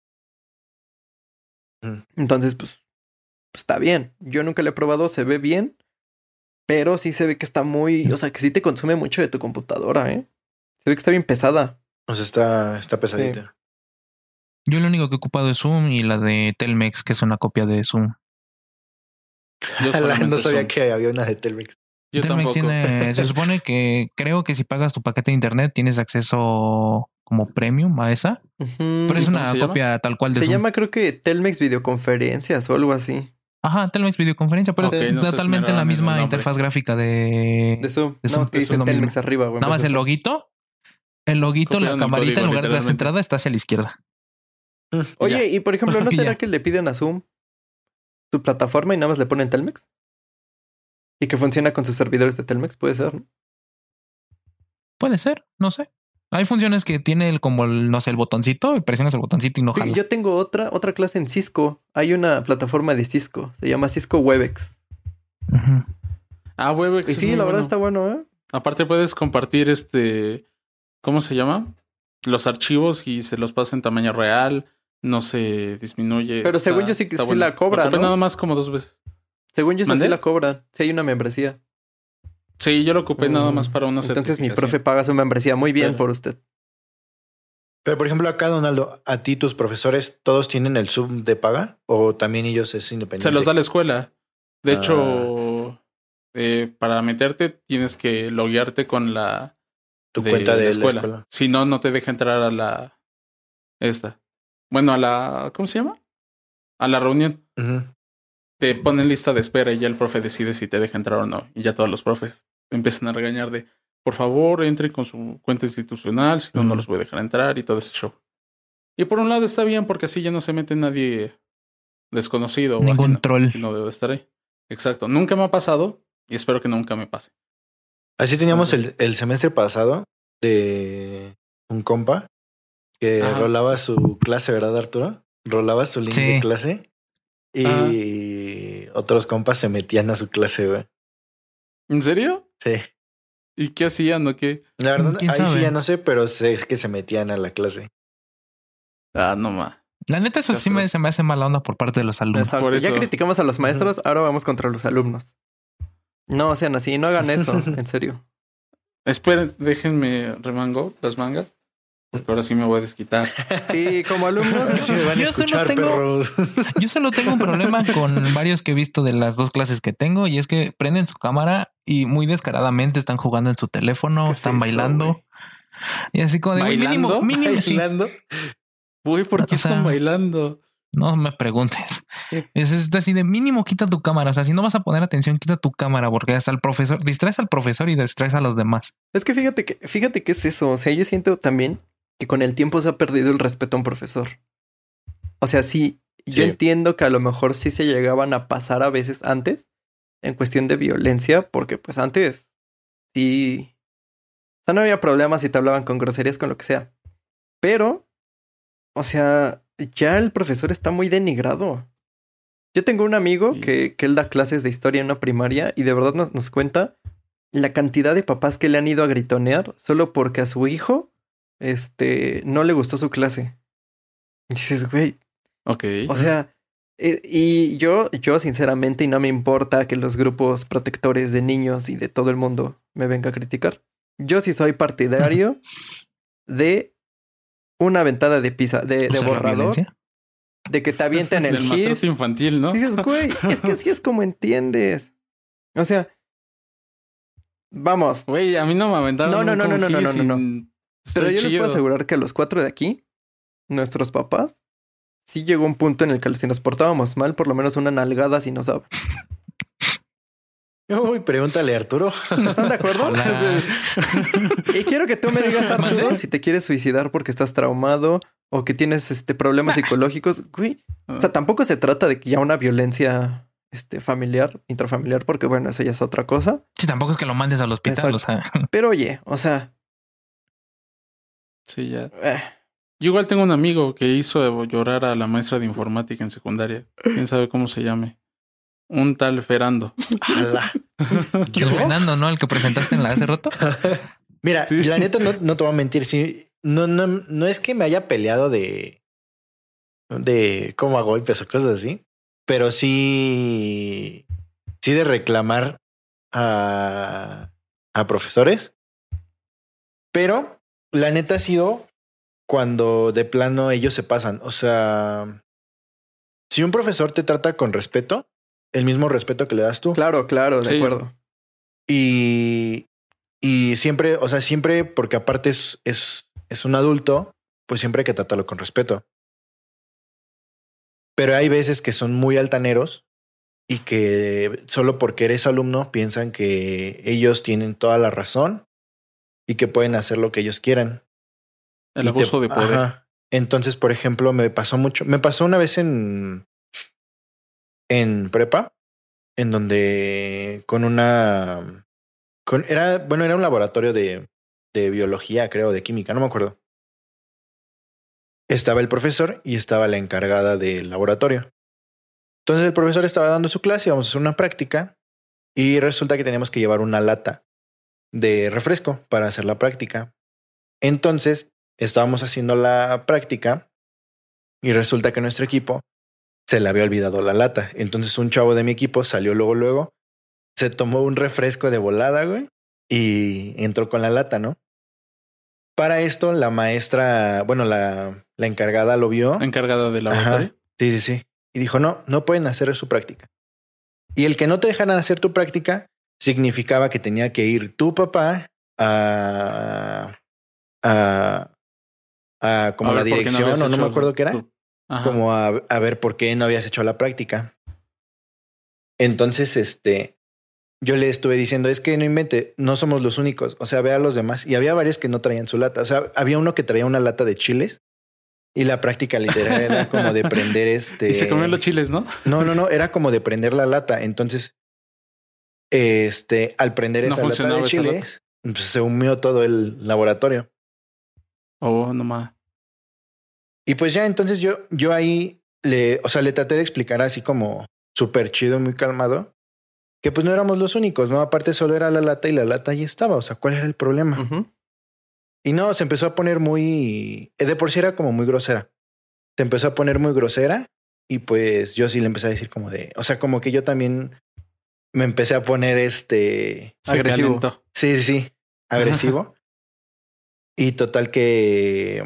Speaker 3: Ujú.
Speaker 2: Entonces, pues, pues, está bien. Yo nunca la he probado, se ve bien, pero sí se ve que está muy, o sea, que sí te consume mucho de tu computadora, ¿eh? Se ve que está bien pesada.
Speaker 3: O sea, está, está pesadita.
Speaker 4: Yo lo único que he ocupado es Zoom y la de Telmex, que es una copia de Zoom.
Speaker 1: Yo
Speaker 3: La-
Speaker 1: solamente
Speaker 3: no sabía
Speaker 1: Zoom.
Speaker 3: que había una de Telmex.
Speaker 1: Yo
Speaker 4: Telmex
Speaker 1: tampoco.
Speaker 4: tiene, se supone que creo que si pagas tu paquete de internet tienes acceso como premium a esa,
Speaker 2: Ujú.
Speaker 4: pero es
Speaker 1: ¿Cómo
Speaker 4: una
Speaker 1: se llama?
Speaker 4: copia tal cual de
Speaker 2: Se
Speaker 4: Zoom.
Speaker 2: llama, creo que Telmex Videoconferencias o algo así.
Speaker 4: Ajá, Telmex videoconferencia, pero
Speaker 1: Ok, no se
Speaker 4: totalmente la
Speaker 1: esmeraron en el
Speaker 4: misma
Speaker 1: nombre.
Speaker 4: interfaz gráfica de,
Speaker 2: De Zoom.
Speaker 4: de
Speaker 2: Nada más
Speaker 4: Zoom,
Speaker 2: que
Speaker 4: es
Speaker 2: dice
Speaker 4: lo mismo.
Speaker 2: Telmex arriba, güey.
Speaker 4: Nada más el loguito, el loguito, la
Speaker 1: Copiaron el
Speaker 4: camarita
Speaker 1: código,
Speaker 4: en lugar de la
Speaker 1: literalmente.
Speaker 4: centrada está hacia la izquierda.
Speaker 2: Oye,
Speaker 1: Ya.
Speaker 2: y por ejemplo, ¿no
Speaker 4: Y
Speaker 2: será
Speaker 4: ya.
Speaker 2: que le piden a Zoom su plataforma y nada más le ponen Telmex? Y que funciona con sus servidores de Telmex, puede ser, ¿no?
Speaker 4: Puede ser, no sé. Hay funciones que tiene el, como el, no sé, el botoncito, y presionas el botoncito y no
Speaker 2: Sí,
Speaker 4: jala.
Speaker 2: yo tengo otra, otra clase en Cisco. Hay una plataforma de Cisco. Se llama Cisco Webex.
Speaker 4: Ujú.
Speaker 1: Ah, Webex.
Speaker 2: Y
Speaker 1: es
Speaker 2: sí,
Speaker 1: muy
Speaker 2: la verdad
Speaker 1: bueno.
Speaker 2: está bueno, ¿eh?
Speaker 1: Aparte puedes compartir este, ¿cómo se llama? Los archivos y se los pasa en tamaño real, no se disminuye.
Speaker 2: Pero según
Speaker 1: está-
Speaker 2: yo sí que
Speaker 1: está
Speaker 2: sí
Speaker 1: bueno.
Speaker 2: la cobra,
Speaker 1: Lo ocupé
Speaker 2: ¿no?
Speaker 1: nada más como dos veces.
Speaker 2: Según yo esa sí
Speaker 1: ¿Mandé?
Speaker 2: la cobran. Sí hay una membresía.
Speaker 1: Sí, yo lo ocupé nada
Speaker 2: Mm,
Speaker 1: más para una
Speaker 2: Entonces mi
Speaker 1: certificación.
Speaker 2: profe paga su membresía. Muy bien
Speaker 1: Pero-
Speaker 2: por usted.
Speaker 3: Pero, por ejemplo, acá, Donaldo, ¿a ti tus profesores todos tienen el Zoom de paga? ¿O también ellos es independiente?
Speaker 1: Se los da la escuela. De
Speaker 3: Ah.
Speaker 1: hecho, eh, para meterte tienes que loguearte con la
Speaker 3: Tu cuenta de la
Speaker 1: escuela.
Speaker 3: escuela.
Speaker 1: Si no, no te deja entrar a la esta. Bueno, a la ¿cómo se llama? A la reunión.
Speaker 3: Ujú.
Speaker 1: Te ponen lista de espera y ya el profe decide si te deja entrar o no. Y ya todos los profes empiezan a regañar de, por favor, entren con su cuenta institucional, si no, no
Speaker 3: Ujú.
Speaker 1: los voy a dejar entrar y todo ese show. Y por un lado está bien porque así ya no se mete nadie desconocido o
Speaker 4: Ningún
Speaker 1: ajeno,
Speaker 4: troll.
Speaker 1: que no debe estar ahí. Exacto. Nunca me ha pasado y espero que nunca me pase.
Speaker 3: Así teníamos
Speaker 1: Entonces-
Speaker 3: el, el semestre pasado de un compa que
Speaker 1: Ajá.
Speaker 3: rolaba su clase, ¿verdad, Arturo? Rolaba su link
Speaker 4: Sí.
Speaker 3: de clase y otros compas se metían a su clase, güey.
Speaker 1: ¿En serio?
Speaker 3: Sí.
Speaker 1: ¿Y qué hacían o qué?
Speaker 3: La verdad,
Speaker 4: ¿Quién
Speaker 3: ahí sí
Speaker 4: sabe?
Speaker 3: ya no sé, pero sé que se metían a la clase.
Speaker 1: Ah, no ma.
Speaker 4: La neta, eso sí me,
Speaker 1: Castros.
Speaker 4: se me hace mala onda por parte de los alumnos.
Speaker 2: Exacto.
Speaker 1: Por
Speaker 2: Ya
Speaker 1: eso-
Speaker 2: criticamos a los maestros, ahora vamos contra los alumnos. No sean así, no hagan eso, en serio.
Speaker 1: Esperen, déjenme remango las mangas. Porque ahora sí me voy a desquitar.
Speaker 2: Sí, como alumnos.
Speaker 3: Sí me van a
Speaker 4: Yo solo
Speaker 3: escuchar,
Speaker 4: tengo-
Speaker 3: perros.
Speaker 4: Yo solo tengo un problema con varios que he visto de las dos clases que tengo y es que prenden su cámara y muy descaradamente están jugando en su teléfono,
Speaker 2: ¿Qué es
Speaker 4: están
Speaker 2: eso,
Speaker 4: bailando.
Speaker 2: güey?
Speaker 4: Y así como de güey, mínimo, mínimo.
Speaker 3: ¿Bailando?
Speaker 1: Güey, ¿por qué
Speaker 4: O sea,
Speaker 1: están bailando?
Speaker 4: No me preguntes. Es, es así de mínimo quita tu cámara. O sea, si no vas a poner atención, quita tu cámara, porque hasta el profesor, distraes al profesor y distraes a los demás.
Speaker 2: Es que fíjate que, fíjate que es eso. O sea, yo siento también que con el tiempo se ha perdido el respeto a un profesor. O sea, sí, yo
Speaker 3: Sí.
Speaker 2: entiendo que a lo mejor sí se llegaban a pasar a veces antes en cuestión de violencia, porque pues antes sí. O sea, no había problemas si te hablaban con groserías, con lo que sea. Pero, o sea, ya el profesor está muy denigrado. Yo tengo un amigo
Speaker 1: Sí.
Speaker 2: que, que él da clases de historia en una primaria y de verdad nos, nos cuenta la cantidad de papás que le han ido a gritonear solo porque a su hijo este, no le gustó su clase. Y dices, güey,
Speaker 1: Ok.
Speaker 2: o sea, eh, y yo, yo sinceramente, y no me importa que los grupos protectores de niños y de todo el mundo me vengan a criticar. Yo sí soy partidario de una ventada de pizza, de, de
Speaker 4: ¿Usar la
Speaker 2: borrador,
Speaker 4: violencia?
Speaker 2: de que te avienten el
Speaker 1: Del maltrato
Speaker 2: gis.
Speaker 1: infantil, ¿no?
Speaker 2: Dices, güey, es que así es como entiendes. O sea, vamos.
Speaker 1: Güey, a mí no me aventaron.
Speaker 2: No, no,
Speaker 1: un
Speaker 2: no, no, no, no,
Speaker 1: confis
Speaker 2: no, no,
Speaker 1: sin-
Speaker 2: Pero
Speaker 1: Estoy
Speaker 2: yo les
Speaker 1: chido.
Speaker 2: puedo asegurar que a los cuatro de aquí, nuestros papás, sí llegó un punto en el que si nos portábamos mal, por lo menos una nalgada si nos daba.
Speaker 3: Uy, pregúntale a Arturo.
Speaker 2: ¿Están de acuerdo?
Speaker 4: Hola.
Speaker 2: Y quiero que tú me digas, Arturo,
Speaker 4: ¿Mande?
Speaker 2: si te quieres suicidar porque estás traumado o que tienes este problemas psicológicos. Güey, o sea, tampoco se trata de que ya una violencia este, familiar, intrafamiliar, porque bueno, eso ya es otra cosa.
Speaker 4: Sí, tampoco es que lo mandes al hospital, o sea.
Speaker 2: Pero oye, o sea,
Speaker 1: Sí, ya.
Speaker 2: eh,
Speaker 1: Yo igual tengo un amigo que hizo llorar a la maestra de informática en secundaria. ¿Quién sabe cómo se llame? Un tal Ferando.
Speaker 3: Ala.
Speaker 4: El Fernando, ¿no? El que presentaste en la hace rato.
Speaker 3: Mira,
Speaker 1: Sí.
Speaker 3: la neta no, no te voy a mentir. Sí, no, no, no es que me haya peleado de, de como a golpes o cosas así, pero sí, sí de reclamar a, a profesores. Pero la neta ha sido cuando de plano ellos se pasan. O sea, si un profesor te trata con respeto, el mismo respeto que le das tú.
Speaker 2: claro, claro, de
Speaker 1: Sí.
Speaker 2: acuerdo.
Speaker 3: Y, y siempre, o sea, siempre, porque aparte es, es, es un adulto, pues siempre hay que tratarlo con respeto. Pero hay veces que son muy altaneros y que solo porque eres alumno piensan que ellos tienen toda la razón y que pueden hacer lo que ellos quieran.
Speaker 1: El
Speaker 3: Y te-
Speaker 1: abuso de poder.
Speaker 3: Ajá. Entonces, por ejemplo, me pasó mucho, me pasó una vez en, en prepa, en donde con una, con, era, bueno, era un laboratorio de, de biología, creo, de química, no me acuerdo. Estaba el profesor y estaba la encargada del laboratorio. Entonces el profesor estaba dando su clase, íbamos a hacer una práctica y resulta que teníamos que llevar una lata de refresco para hacer la práctica. Entonces estábamos haciendo la práctica y resulta que nuestro equipo se le había olvidado la lata. Entonces un chavo de mi equipo salió luego, luego, se tomó un refresco de volada, güey, y entró con la lata, ¿no? Para esto la maestra, bueno, la, la encargada lo vio.
Speaker 1: Encargada del laboratorio.
Speaker 3: Ajá. Sí, sí, sí. Y dijo, no, no pueden hacer su práctica. Y el que no te dejaran hacer tu práctica significaba que tenía que ir tu papá a... a, a como
Speaker 1: A
Speaker 3: la
Speaker 1: ver, ¿por qué no
Speaker 3: dirección,
Speaker 1: habías
Speaker 3: o no
Speaker 1: hecho
Speaker 3: me acuerdo qué era,
Speaker 1: tu- Ajá.
Speaker 3: como a, a ver por qué no habías hecho la práctica. Entonces, este, yo le estuve diciendo, es que no invente, no somos los únicos, o sea, ve a los demás. Y había varios que no traían su lata, o sea, había uno que traía una lata de chiles y la práctica literal era como de prender este...
Speaker 1: Y se comió los chiles, ¿no?
Speaker 3: No, no, no, era como de prender la lata. Entonces, este, al prender
Speaker 1: No
Speaker 3: esa lata
Speaker 1: funcionaba
Speaker 3: de
Speaker 1: esa lata.
Speaker 3: chiles, pues, se humió todo el laboratorio.
Speaker 1: Oh, no más.
Speaker 3: Y pues ya entonces yo, yo ahí le, o sea, le traté de explicar así como súper chido, muy calmado, que pues no éramos los únicos, ¿no? Aparte solo era la lata y la lata ahí estaba. O sea, ¿cuál era el problema?
Speaker 2: Ujú.
Speaker 3: Y no, se empezó a poner muy, de por sí era como muy grosera. Se empezó a poner muy grosera y pues yo sí le empecé a decir como de, o sea, como que yo también me empecé a poner este,
Speaker 1: Se
Speaker 2: Agresivo.
Speaker 1: calentó.
Speaker 3: sí, sí, sí, agresivo. Y total que,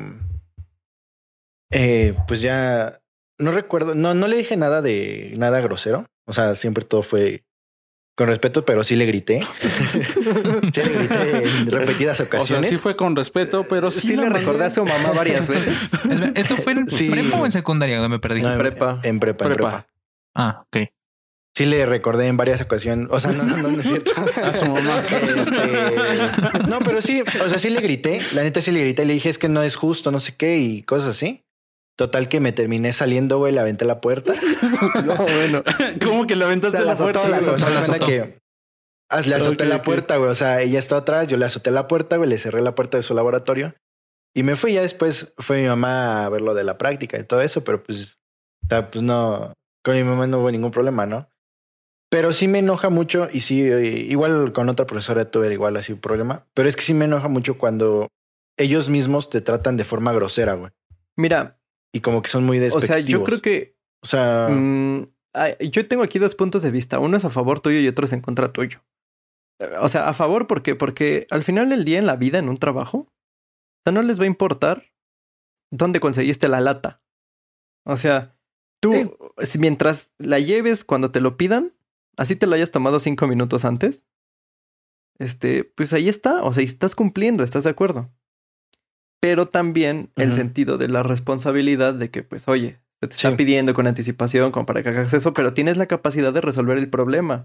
Speaker 3: eh, pues ya, no recuerdo, no, no le dije nada de, nada grosero. O sea, siempre todo fue con respeto, pero sí le grité. Sí le grité en repetidas ocasiones.
Speaker 1: O sea, sí fue con respeto, pero sí,
Speaker 2: sí le recordé a su mamá varias veces.
Speaker 4: ¿Esto fue en
Speaker 3: Sí.
Speaker 4: prepa o en secundaria? Me perdí.
Speaker 3: No, en
Speaker 2: prepa.
Speaker 3: En prepa, en
Speaker 1: Prepa.
Speaker 3: prepa.
Speaker 4: Ah, ok.
Speaker 3: Sí le recordé en varias ocasiones. O sea, no, no, no, no es cierto.
Speaker 1: A su mamá.
Speaker 3: Este, no, pero sí, o sea, sí le grité. La neta sí le grité y le dije, es que no es justo, no sé qué, y cosas así. Total que me terminé saliendo, güey, le aventé la puerta.
Speaker 2: No, bueno.
Speaker 1: ¿Cómo que le aventaste
Speaker 3: O sea,
Speaker 1: la
Speaker 3: azotó,
Speaker 1: puerta?
Speaker 3: la
Speaker 1: güey?
Speaker 3: azotó,
Speaker 4: la
Speaker 3: la
Speaker 4: azotó.
Speaker 3: que ah, le azoté
Speaker 1: Ok,
Speaker 3: la
Speaker 1: ok.
Speaker 3: puerta, güey. O sea, ella estaba atrás, yo le azoté la puerta, güey, le cerré la puerta de su laboratorio y me fui. Ya después fue mi mamá a ver lo de la práctica y todo eso, pero pues, o sea, pues no, con mi mamá no hubo ningún problema, ¿no? Pero sí me enoja mucho y sí, igual con otra profesora tuve igual así un problema, pero es que sí me enoja mucho cuando ellos mismos te tratan de forma grosera, güey.
Speaker 2: Mira,
Speaker 3: Y como que son muy
Speaker 2: o
Speaker 3: despectivos.
Speaker 2: sea, yo creo que
Speaker 3: O sea,
Speaker 2: mm, ay, yo tengo aquí dos puntos de vista. Uno es a favor tuyo y otro es en contra tuyo. Eh, O sea, a favor porque, porque al final del día en la vida, en un trabajo, o sea, no les va a importar dónde conseguiste la lata. O sea, tú,
Speaker 3: Sí.
Speaker 2: si mientras la lleves cuando te lo pidan, así te lo hayas tomado cinco minutos antes, este, pues ahí está. O sea, estás cumpliendo, ¿estás de acuerdo? Pero también el
Speaker 3: Ujú.
Speaker 2: sentido de la responsabilidad de que, pues, oye, se te está
Speaker 3: Sí.
Speaker 2: pidiendo con anticipación como para que hagas eso, pero tienes la capacidad de resolver el problema.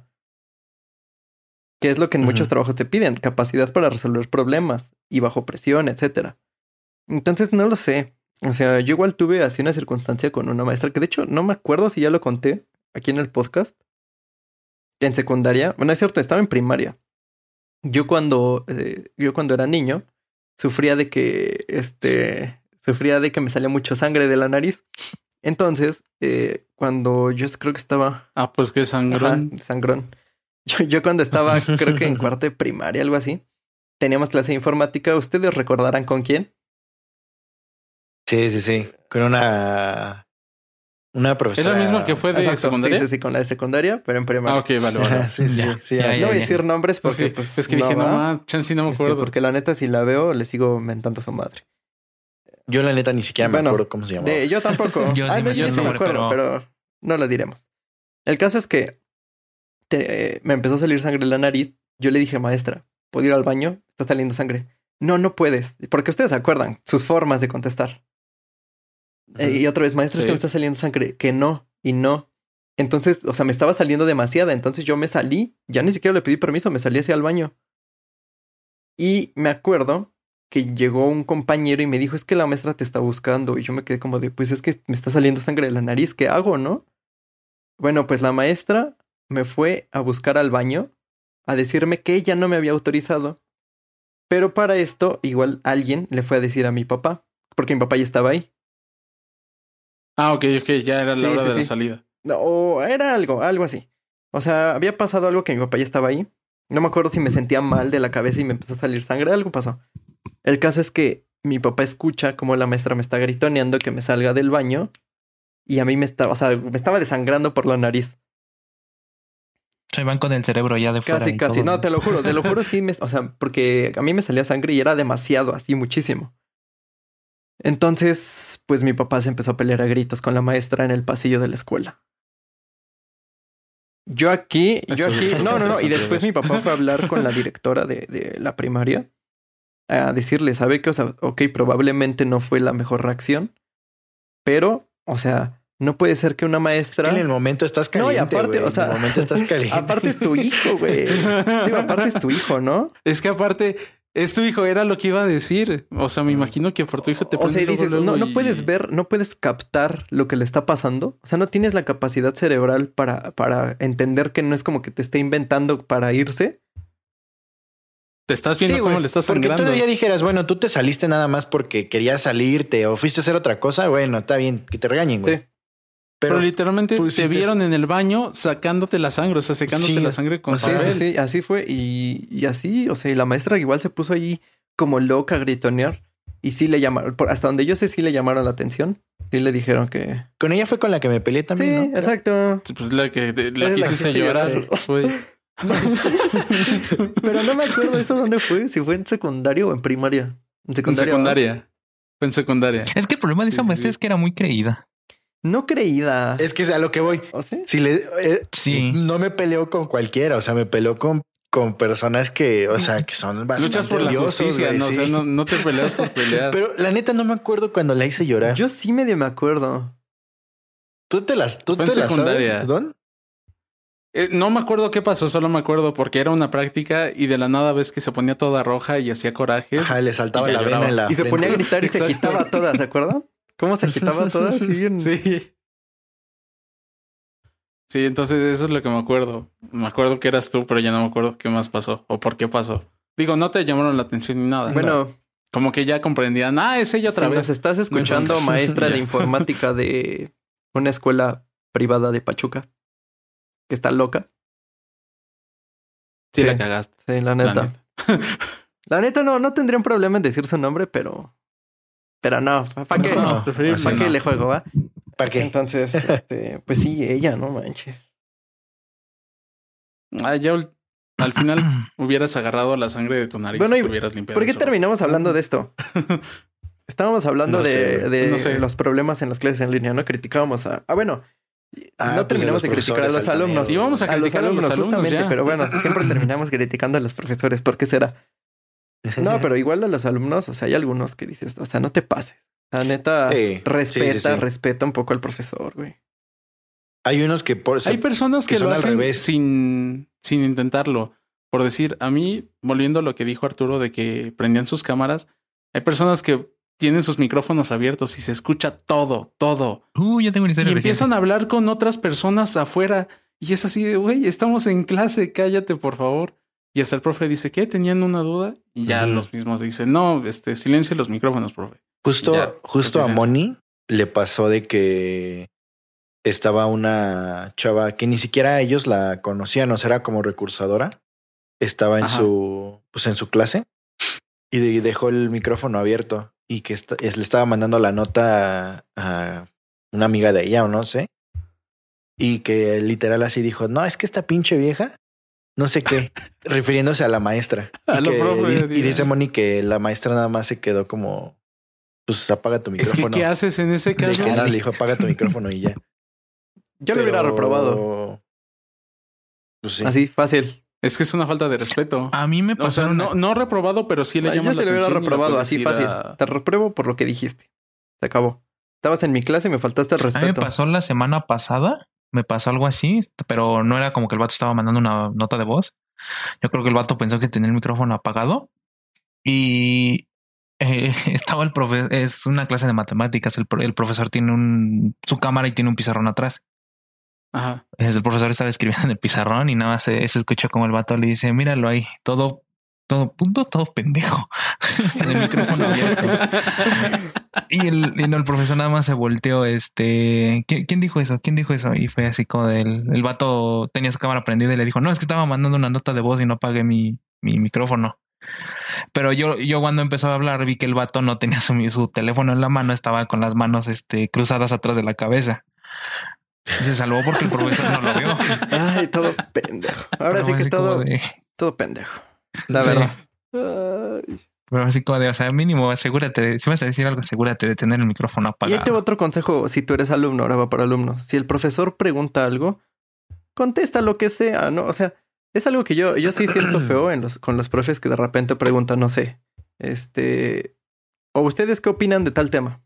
Speaker 2: Que es lo que en
Speaker 3: Ujú.
Speaker 2: muchos trabajos te piden, capacidad para resolver problemas y bajo presión, etcétera. Entonces, no lo sé. O sea, yo igual tuve así una circunstancia con una maestra que de hecho no me acuerdo si ya lo conté aquí en el podcast. En secundaria, bueno, es cierto, estaba en primaria. Yo cuando, eh, yo cuando era niño, sufría de que, este, sufría de que me salía mucho sangre de la nariz. Entonces, eh, cuando yo creo que estaba,
Speaker 1: Ah, pues qué sangrón.
Speaker 2: ajá, sangrón. Yo, yo cuando estaba, creo que en cuarto de primaria, algo así, teníamos clase de informática. ¿Ustedes recordarán con quién?
Speaker 3: sí, sí, sí. Con una... Una
Speaker 1: ¿Es
Speaker 3: profesora...
Speaker 1: la misma que fue de
Speaker 2: Exacto,
Speaker 1: secundaria?
Speaker 2: Sí, sí, sí, con la de secundaria, pero en primaria.
Speaker 1: Ah, ok, vale, vale.
Speaker 3: sí, sí,
Speaker 4: Ya,
Speaker 3: sí.
Speaker 4: ya,
Speaker 3: ya.
Speaker 2: No voy a
Speaker 4: ya.
Speaker 2: decir nombres
Speaker 1: Pues
Speaker 2: porque,
Speaker 1: sí,
Speaker 2: pues,
Speaker 1: es que dije, no,
Speaker 2: ¿verdad?
Speaker 1: ma, chance no me
Speaker 2: Este,
Speaker 1: acuerdo.
Speaker 2: porque la neta, si la veo, le sigo mentando a su madre.
Speaker 3: Yo la neta ni siquiera
Speaker 2: Bueno,
Speaker 3: me acuerdo cómo se llamaba.
Speaker 2: De, yo tampoco.
Speaker 4: Yo sí
Speaker 2: Ay,
Speaker 4: me
Speaker 2: no,
Speaker 1: sé
Speaker 2: yo
Speaker 1: el
Speaker 2: sí me
Speaker 4: nombre,
Speaker 2: acuerdo,
Speaker 4: pero-
Speaker 2: pero... no lo diremos. El caso es que te- eh, me empezó a salir sangre en la nariz. Yo le dije, maestra, ¿puedo ir al baño? Está saliendo sangre. No, no puedes. Porque ustedes se acuerdan sus formas de contestar. Eh, y otra vez, maestra, es
Speaker 1: Sí.
Speaker 2: que me está saliendo sangre. Que no, y no. Entonces, o sea, me estaba saliendo demasiada. Entonces yo me salí. Ya ni siquiera le pedí permiso. Me salí hacia el baño. Y me acuerdo que llegó un compañero y me dijo, es que la maestra te está buscando. Y yo me quedé como de, pues es que me está saliendo sangre de la nariz. ¿Qué hago, no? Bueno, pues la maestra me fue a buscar al baño a decirme que ella no me había autorizado. Pero para esto, igual alguien le fue a decir a mi papá. Porque mi papá ya estaba ahí.
Speaker 1: Ah, ok, ok, ya era la
Speaker 2: Sí,
Speaker 1: hora
Speaker 2: sí,
Speaker 1: de la
Speaker 2: sí.
Speaker 1: salida.
Speaker 2: No, o era algo, algo así. O sea, había pasado algo que mi papá ya estaba ahí. No me acuerdo si me sentía mal de la cabeza y me empezó a salir sangre. Algo pasó. El caso es que mi papá escucha como la maestra me está gritoneando que me salga del baño. Y a mí me estaba, o sea, me estaba desangrando por la nariz.
Speaker 4: Se van con el cerebro ya de fuera.
Speaker 2: Casi,
Speaker 4: y
Speaker 2: casi.
Speaker 4: todo.
Speaker 2: No, te lo juro, te lo juro, sí. Me, o sea, porque a mí me salía sangre y era demasiado, así, muchísimo. Entonces, pues mi papá se empezó a pelear a gritos con la maestra en el pasillo de la escuela. Yo aquí, yo
Speaker 1: Eso-
Speaker 2: aquí,
Speaker 1: eso
Speaker 2: no, no, no.
Speaker 1: es
Speaker 2: Y después mi papá fue a hablar con la directora de, de la primaria a decirle, ¿sabe qué? O sea, ok, probablemente no fue la mejor reacción, pero, o sea, no puede ser que una maestra...
Speaker 3: En el momento estás
Speaker 2: No, y
Speaker 3: caliente,
Speaker 2: aparte,
Speaker 3: güey.
Speaker 2: o sea,
Speaker 3: En el momento estás caliente.
Speaker 2: Aparte es tu hijo, güey. Digo, aparte es tu hijo, ¿no?
Speaker 1: Es que aparte, es tu hijo, era lo que iba a decir. O sea, me imagino que por tu hijo te
Speaker 2: O sea, y
Speaker 1: prende
Speaker 2: dices,
Speaker 1: luego,
Speaker 2: no,
Speaker 1: luego
Speaker 2: no
Speaker 1: y-
Speaker 2: puedes ver, no puedes captar lo que le está pasando. O sea, no tienes la capacidad cerebral para, para entender que no es como que te esté inventando para irse.
Speaker 1: Te estás viendo
Speaker 3: Sí,
Speaker 1: cómo
Speaker 3: güey,
Speaker 1: le estás
Speaker 3: porque
Speaker 1: sangrando.
Speaker 3: todavía dijeras, bueno, tú te saliste nada más porque querías salirte o fuiste a hacer otra cosa. Bueno, está bien, que te regañen, güey.
Speaker 2: Sí.
Speaker 1: Pero,
Speaker 3: Pero,
Speaker 1: literalmente
Speaker 3: pues,
Speaker 1: te
Speaker 3: si te-
Speaker 1: vieron en el baño sacándote la sangre, o sea, secándote
Speaker 3: Sí,
Speaker 1: la sangre con
Speaker 3: o sea,
Speaker 2: Sí,
Speaker 1: papel.
Speaker 2: sí, sí, así fue. Y, y así, o sea, y la maestra igual se puso ahí como loca a gritonear. Y sí le llamaron, por- hasta donde yo sé, sí le llamaron la atención. Sí le dijeron que...
Speaker 3: con ella fue con la que me peleé también,
Speaker 2: sí,
Speaker 3: ¿no?
Speaker 2: exacto.
Speaker 1: Sí, pues la que de- la
Speaker 2: Es la
Speaker 1: quisiste
Speaker 2: que
Speaker 1: llorar,
Speaker 2: llorar.
Speaker 1: fue.
Speaker 2: Pero no me acuerdo eso dónde fue, si fue en secundario o en primaria. En
Speaker 1: En
Speaker 2: secundaria. ¿verdad?
Speaker 1: secundaria. Fue en secundaria.
Speaker 4: Es que el problema de esa
Speaker 1: Sí, sí,
Speaker 4: maestra
Speaker 1: sí.
Speaker 4: es que era muy creída.
Speaker 2: No creída.
Speaker 3: Es que es a lo que voy.
Speaker 2: ¿O sí?
Speaker 3: Si le, eh,
Speaker 4: Sí.
Speaker 3: No me peleo con cualquiera, o sea, me peleo con, con personas que, o sea, que son bastante
Speaker 1: Luchas por la
Speaker 3: odiosos,
Speaker 1: justicia,
Speaker 3: güey,
Speaker 1: no,
Speaker 3: sí.
Speaker 1: o sea, no, no te peleas por pelear.
Speaker 3: Pero la neta no me acuerdo cuando la hice llorar.
Speaker 2: Yo sí medio me acuerdo.
Speaker 3: ¿Tú te las, tú
Speaker 1: Fue
Speaker 3: te
Speaker 1: en
Speaker 3: las
Speaker 1: secundaria.
Speaker 3: sabes, Don?
Speaker 1: Eh, no me acuerdo qué pasó, solo me acuerdo porque era una práctica y de la nada ves que se ponía toda roja y hacía coraje.
Speaker 3: Ajá, le saltaba
Speaker 1: Y ya
Speaker 3: la vena
Speaker 1: lloraba.
Speaker 3: en la
Speaker 2: Y se
Speaker 3: frente.
Speaker 2: ponía a gritar y se
Speaker 3: Exacto.
Speaker 2: quitaba todas, ¿se acuerdan? ¿Cómo se quitaba todas? Sí, bien.
Speaker 1: Sí. Sí, entonces eso es lo que me acuerdo. Me acuerdo que eras tú, pero ya no me acuerdo qué más pasó o por qué pasó. Digo, no te llamaron la atención ni nada.
Speaker 2: Bueno,
Speaker 1: Como que ya comprendían, ah, es ella otra
Speaker 2: si
Speaker 1: vez.
Speaker 2: nos estás escuchando,
Speaker 1: importa.
Speaker 2: maestra de
Speaker 1: Ya.
Speaker 2: informática de una escuela privada de Pachuca, que está loca.
Speaker 1: Sí,
Speaker 2: Sí.
Speaker 1: la cagaste.
Speaker 2: Sí, la
Speaker 1: la
Speaker 2: neta.
Speaker 1: neta.
Speaker 2: La neta no, no tendría un problema en decir su nombre, pero... Pero no, ¿para qué?
Speaker 3: No,
Speaker 1: preferible
Speaker 2: ¿Para
Speaker 1: no.
Speaker 2: qué le juego, va?
Speaker 3: ¿Para qué?
Speaker 2: Entonces, este, pues sí, ella, no manches.
Speaker 1: Ah, ya ul- al final hubieras agarrado la sangre de tu nariz
Speaker 2: Bueno,
Speaker 1: y
Speaker 2: y-
Speaker 1: te hubieras limpiado.
Speaker 2: ¿Por qué
Speaker 1: eso.
Speaker 2: terminamos hablando de esto? Estábamos hablando
Speaker 3: No
Speaker 2: de,
Speaker 3: sé, güey.
Speaker 2: de
Speaker 1: No sé.
Speaker 2: los problemas en las clases en línea, ¿no? Criticábamos a... Ah, bueno.
Speaker 3: Ah,
Speaker 2: no
Speaker 3: pues
Speaker 2: terminamos
Speaker 3: de
Speaker 2: de,
Speaker 3: los
Speaker 2: criticar a los
Speaker 3: profesores
Speaker 2: alumnos.
Speaker 3: altaneros.
Speaker 1: Íbamos a criticar a los alumnos,
Speaker 2: justamente,
Speaker 1: ya.
Speaker 2: pero bueno, siempre terminamos criticando a los profesores. ¿Por qué será? No, pero igual a los alumnos, o sea, hay algunos que dices, o sea, no te pases. La neta,
Speaker 3: Sí,
Speaker 2: respeta,
Speaker 3: sí, sí, sí.
Speaker 2: respeta un poco al profesor, güey.
Speaker 3: Hay unos que por
Speaker 1: Hay personas que,
Speaker 3: que
Speaker 1: lo
Speaker 3: son al
Speaker 1: hacen
Speaker 3: revés.
Speaker 1: sin, sin intentarlo. Por decir, a mí, volviendo a lo que dijo Arturo de que prendían sus cámaras, hay personas que tienen sus micrófonos abiertos y se escucha todo, todo.
Speaker 4: Uh, ya tengo una
Speaker 1: Y
Speaker 4: historia reciente.
Speaker 1: empiezan a hablar con otras personas afuera. Y es así de, güey, estamos en clase, cállate, por favor. Y hasta el profe dice, ¿qué? ¿Tenían una duda? Y ya
Speaker 3: Ujú.
Speaker 1: los mismos dicen, no, este, silencio los micrófonos, profe.
Speaker 3: Justo,
Speaker 1: Ya,
Speaker 3: justo a
Speaker 1: pues,
Speaker 3: Moni le pasó de que estaba una chava que ni siquiera ellos la conocían, o sea, era como recursadora. Estaba en
Speaker 1: Ajá.
Speaker 3: su, pues en su clase y de- dejó el micrófono abierto y que esta- es- le estaba mandando la nota a, a una amiga de ella o no sé. Y que literal así dijo, no, es que esta pinche vieja, no sé qué, refiriéndose a la maestra.
Speaker 1: A
Speaker 3: Y,
Speaker 1: lo
Speaker 3: que
Speaker 1: profe,
Speaker 3: di- y dice Moni que la maestra nada más se quedó como, pues apaga tu
Speaker 1: Es que,
Speaker 3: micrófono.
Speaker 1: ¿qué haces en ese
Speaker 3: De
Speaker 1: caso?
Speaker 3: que nada, le dijo apaga tu micrófono y ya.
Speaker 2: Yo lo hubiera
Speaker 3: Pero,
Speaker 2: reprobado.
Speaker 3: Pues sí.
Speaker 2: Así, fácil.
Speaker 1: Es que es una falta de respeto.
Speaker 4: A mí me
Speaker 1: O
Speaker 4: pasó
Speaker 1: sea,
Speaker 4: una-
Speaker 1: no, no reprobado, pero sí le
Speaker 2: Ah, yo
Speaker 1: llamas
Speaker 2: se
Speaker 1: la
Speaker 2: lo hubiera
Speaker 1: atención y la
Speaker 2: reprobado,
Speaker 1: puedes
Speaker 2: así
Speaker 1: ir
Speaker 2: fácil.
Speaker 1: a-
Speaker 2: Te repruebo por lo que dijiste. Se acabó. Estabas en mi clase y me faltaste el
Speaker 4: A mí me
Speaker 2: respeto.
Speaker 4: pasó la semana pasada, me pasó algo así, pero no era como que el vato estaba mandando una nota de voz. Yo creo que el vato pensó que tenía el micrófono apagado y eh, estaba el profe, es una clase de matemáticas, el, pro- el profesor tiene un, su cámara y tiene un pizarrón atrás.
Speaker 1: Ajá.
Speaker 4: El profesor estaba escribiendo en el pizarrón y nada más se, se escucha como el vato le dice, míralo ahí, todo, todo punto, todo pendejo. En el micrófono abierto. Y el, y no, el profesor nada más se volteó, este, ¿quién, quién dijo eso? ¿Quién dijo eso? Y fue así como del, el vato tenía su cámara prendida y le dijo, no, es que estaba mandando una nota de voz y no apagué mi, mi micrófono. Pero yo, yo cuando empezó a hablar vi que el vato no tenía su, su teléfono en la mano, estaba con las manos, este, cruzadas atrás de la cabeza. Se salvó porque el profesor no lo vio.
Speaker 2: Ay, todo pendejo. Ahora
Speaker 4: Pero
Speaker 2: sí
Speaker 4: fue
Speaker 2: que
Speaker 4: así
Speaker 2: todo,
Speaker 4: como de-
Speaker 2: todo pendejo. La
Speaker 4: Sí.
Speaker 2: verdad. Ay.
Speaker 4: Pero así como de, o sea, mínimo, asegúrate, de- si vas a decir algo, asegúrate de tener el micrófono
Speaker 2: Y
Speaker 4: apagado.
Speaker 2: ahí te va otro consejo si tú eres alumno, ahora va para alumnos. Si el profesor pregunta algo, contesta lo que sea, ¿no? O sea, es algo que yo, yo sí siento feo en los, con los profes que de repente preguntan, no sé, este, o ustedes qué opinan de tal tema.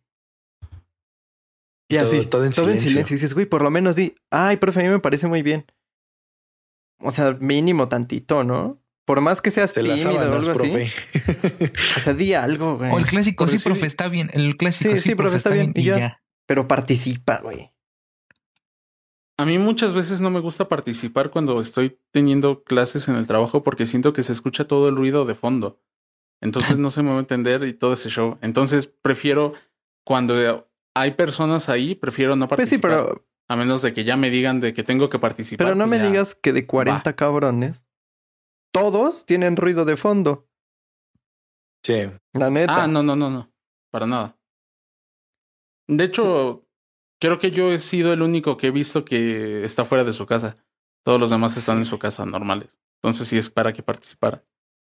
Speaker 2: Y
Speaker 3: Todo-
Speaker 2: así,
Speaker 3: todo en silencio.
Speaker 2: Y dices, güey, por lo menos di, ay, profe, a mí me parece muy bien. O sea, mínimo tantito, ¿no? Por más que seas
Speaker 3: Te las
Speaker 2: tímido o
Speaker 3: sábanas,
Speaker 2: algo así.
Speaker 3: profe.
Speaker 2: O sea, di algo, güey.
Speaker 4: O el clásico,
Speaker 1: Por
Speaker 4: sí,
Speaker 1: decir-
Speaker 4: profe, está bien. El clásico,
Speaker 2: Sí,
Speaker 4: sí,
Speaker 2: sí, profe, está bien, y
Speaker 4: y
Speaker 2: ya.
Speaker 4: ya.
Speaker 2: Pero participa, güey.
Speaker 1: A mí muchas veces no me gusta participar cuando estoy teniendo clases en el trabajo porque siento que se escucha todo el ruido de fondo. Entonces no se me va a entender y todo ese show. Entonces prefiero cuando hay personas ahí, prefiero no
Speaker 2: Pues sí,
Speaker 1: participar.
Speaker 2: pero,
Speaker 1: A menos de que ya me digan de que tengo que participar.
Speaker 2: pero no
Speaker 1: pues
Speaker 2: me
Speaker 1: ya.
Speaker 2: digas que de cuarenta cabrones, todos tienen ruido de fondo.
Speaker 3: Sí.
Speaker 2: La neta.
Speaker 1: Ah, no, no, no, no. Para nada. De hecho, creo que yo he sido el único que he visto que está fuera de su casa. Todos los demás están
Speaker 2: Sí.
Speaker 1: en su casa normales. Entonces sí es para que participara.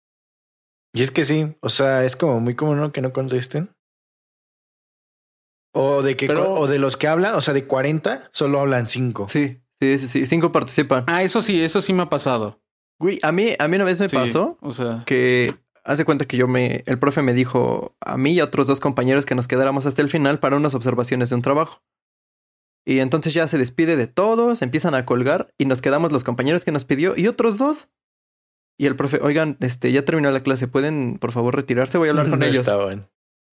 Speaker 3: Y es que sí, o sea, es como muy común, ¿no?, que no contesten. O de que
Speaker 1: Pero-
Speaker 3: o de los que hablan, o sea, de cuarenta, solo hablan cinco.
Speaker 2: Sí, sí, sí, sí. Cinco participan.
Speaker 1: Ah, eso sí, eso sí me ha pasado.
Speaker 2: Güey, a mí, a mí una vez me
Speaker 1: Sí,
Speaker 2: pasó
Speaker 1: o sea,
Speaker 2: que hace cuenta que yo me, el profe me dijo a mí y a otros dos compañeros que nos quedáramos hasta el final para unas observaciones de un trabajo. Y entonces ya se despide de todos, empiezan a colgar y nos quedamos los compañeros que nos pidió y otros dos. Y el profe, oigan, este, ya terminó la clase, ¿pueden por favor retirarse? Voy a hablar con
Speaker 3: No
Speaker 2: ellos.
Speaker 3: estaban.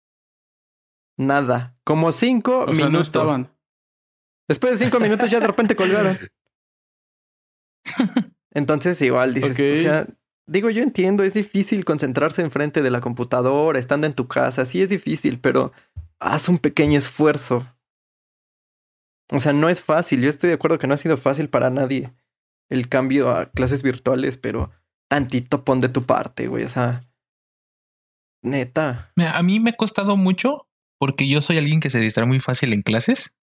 Speaker 2: Nada, como cinco
Speaker 1: o sea,
Speaker 2: minutos.
Speaker 1: no estaban.
Speaker 2: Después de cinco minutos ya de repente colgaron. Entonces igual dices,
Speaker 1: Ok.
Speaker 2: o sea, digo, yo entiendo, es difícil concentrarse enfrente de la computadora, estando en tu casa, sí es difícil, pero haz un pequeño esfuerzo. O sea, no es fácil, yo estoy de acuerdo que no ha sido fácil para nadie el cambio a clases virtuales, pero tantito pon de tu parte, güey, o sea, neta.
Speaker 4: Mira, a mí me ha costado mucho porque yo soy alguien que se distrae muy fácil en clases.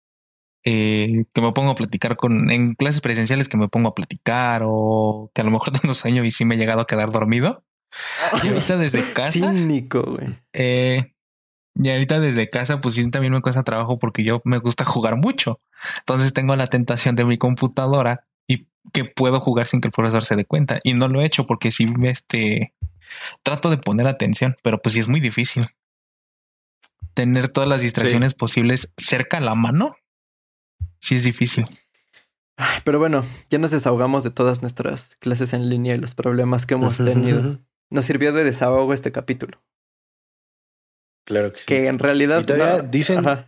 Speaker 4: Eh, que me pongo a platicar con en clases presenciales que me pongo a platicar o que a lo mejor tengo sueño y sí me he llegado a quedar dormido. Y ahorita desde casa,
Speaker 2: Cínico, güey.
Speaker 4: eh, y ahorita desde casa, pues sí también me cuesta trabajo porque yo me gusta jugar mucho. Entonces tengo la tentación de mi computadora y que puedo jugar sin que el profesor se dé cuenta. Y no lo he hecho porque sí este trato de poner atención, pero pues sí es muy difícil tener todas las distracciones posibles cerca a la mano. Sí es difícil.
Speaker 2: Ay, pero bueno, ya nos desahogamos de todas nuestras clases en línea y los problemas que hemos tenido. Nos sirvió de desahogo este capítulo.
Speaker 3: Claro que sí.
Speaker 2: Que en realidad...
Speaker 3: Y todavía
Speaker 2: no-
Speaker 3: dicen-
Speaker 2: Ajá.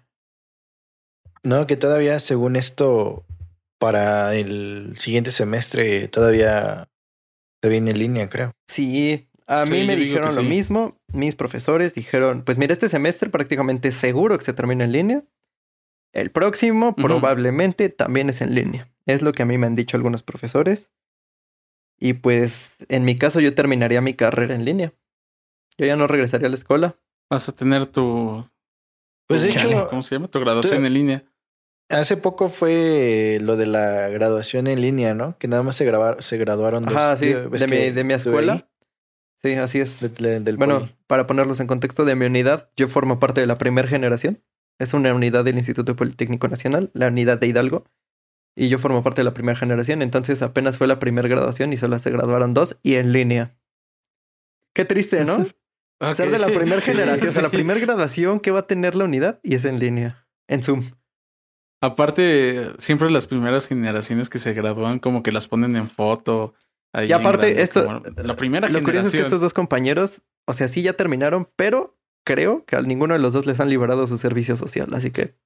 Speaker 3: No, que todavía, según esto, para el siguiente semestre todavía se viene en línea, creo.
Speaker 2: Sí, a
Speaker 1: Sí,
Speaker 2: mí me
Speaker 1: yo digo
Speaker 2: dijeron
Speaker 1: que
Speaker 2: lo
Speaker 1: sí.
Speaker 2: mismo. Mis profesores dijeron, pues mira, este semestre prácticamente seguro que se termina en línea. El próximo
Speaker 1: Ujú.
Speaker 2: probablemente también es en línea. Es lo que a mí me han dicho algunos profesores. Y pues en mi caso yo terminaría mi carrera en línea. Yo ya no regresaría a la escuela.
Speaker 1: Vas a tener tu,
Speaker 3: Pues de
Speaker 1: tu-
Speaker 3: hecho,
Speaker 1: ¿cómo se llama? Tu graduación
Speaker 3: tú-
Speaker 1: en línea.
Speaker 3: hace poco fue lo de la graduación en línea, ¿no? Que nada más se, grabar, se graduaron dos.
Speaker 2: Ajá, sí,
Speaker 3: ¿Ves
Speaker 2: de mi,
Speaker 3: que
Speaker 2: de mi
Speaker 3: estuve
Speaker 2: escuela.
Speaker 3: ahí?
Speaker 2: Sí, así es.
Speaker 3: De- de- del
Speaker 2: Bueno,
Speaker 3: poli.
Speaker 2: para ponerlos en contexto de mi unidad, yo formo parte de la primera generación. Es una unidad del Instituto Politécnico Nacional, la unidad de Hidalgo. Y yo formo parte de la primera generación, entonces apenas fue la primera graduación y solo se graduaron dos y en línea. Qué triste, ¿no? Ser de la
Speaker 1: Ok.
Speaker 2: primera
Speaker 1: Sí,
Speaker 2: generación, o sea, la
Speaker 1: sí.
Speaker 2: primera graduación que va a tener la unidad y es en línea, en Zoom.
Speaker 1: Aparte, siempre las primeras generaciones que se gradúan como que las ponen en foto. ahí
Speaker 2: Y aparte,
Speaker 1: en grande,
Speaker 2: esto-
Speaker 1: como la primera
Speaker 2: Lo curioso es que
Speaker 1: generación.
Speaker 2: estos dos compañeros, o sea, sí ya terminaron, pero creo que a ninguno de los dos les han liberado su servicio social, así que...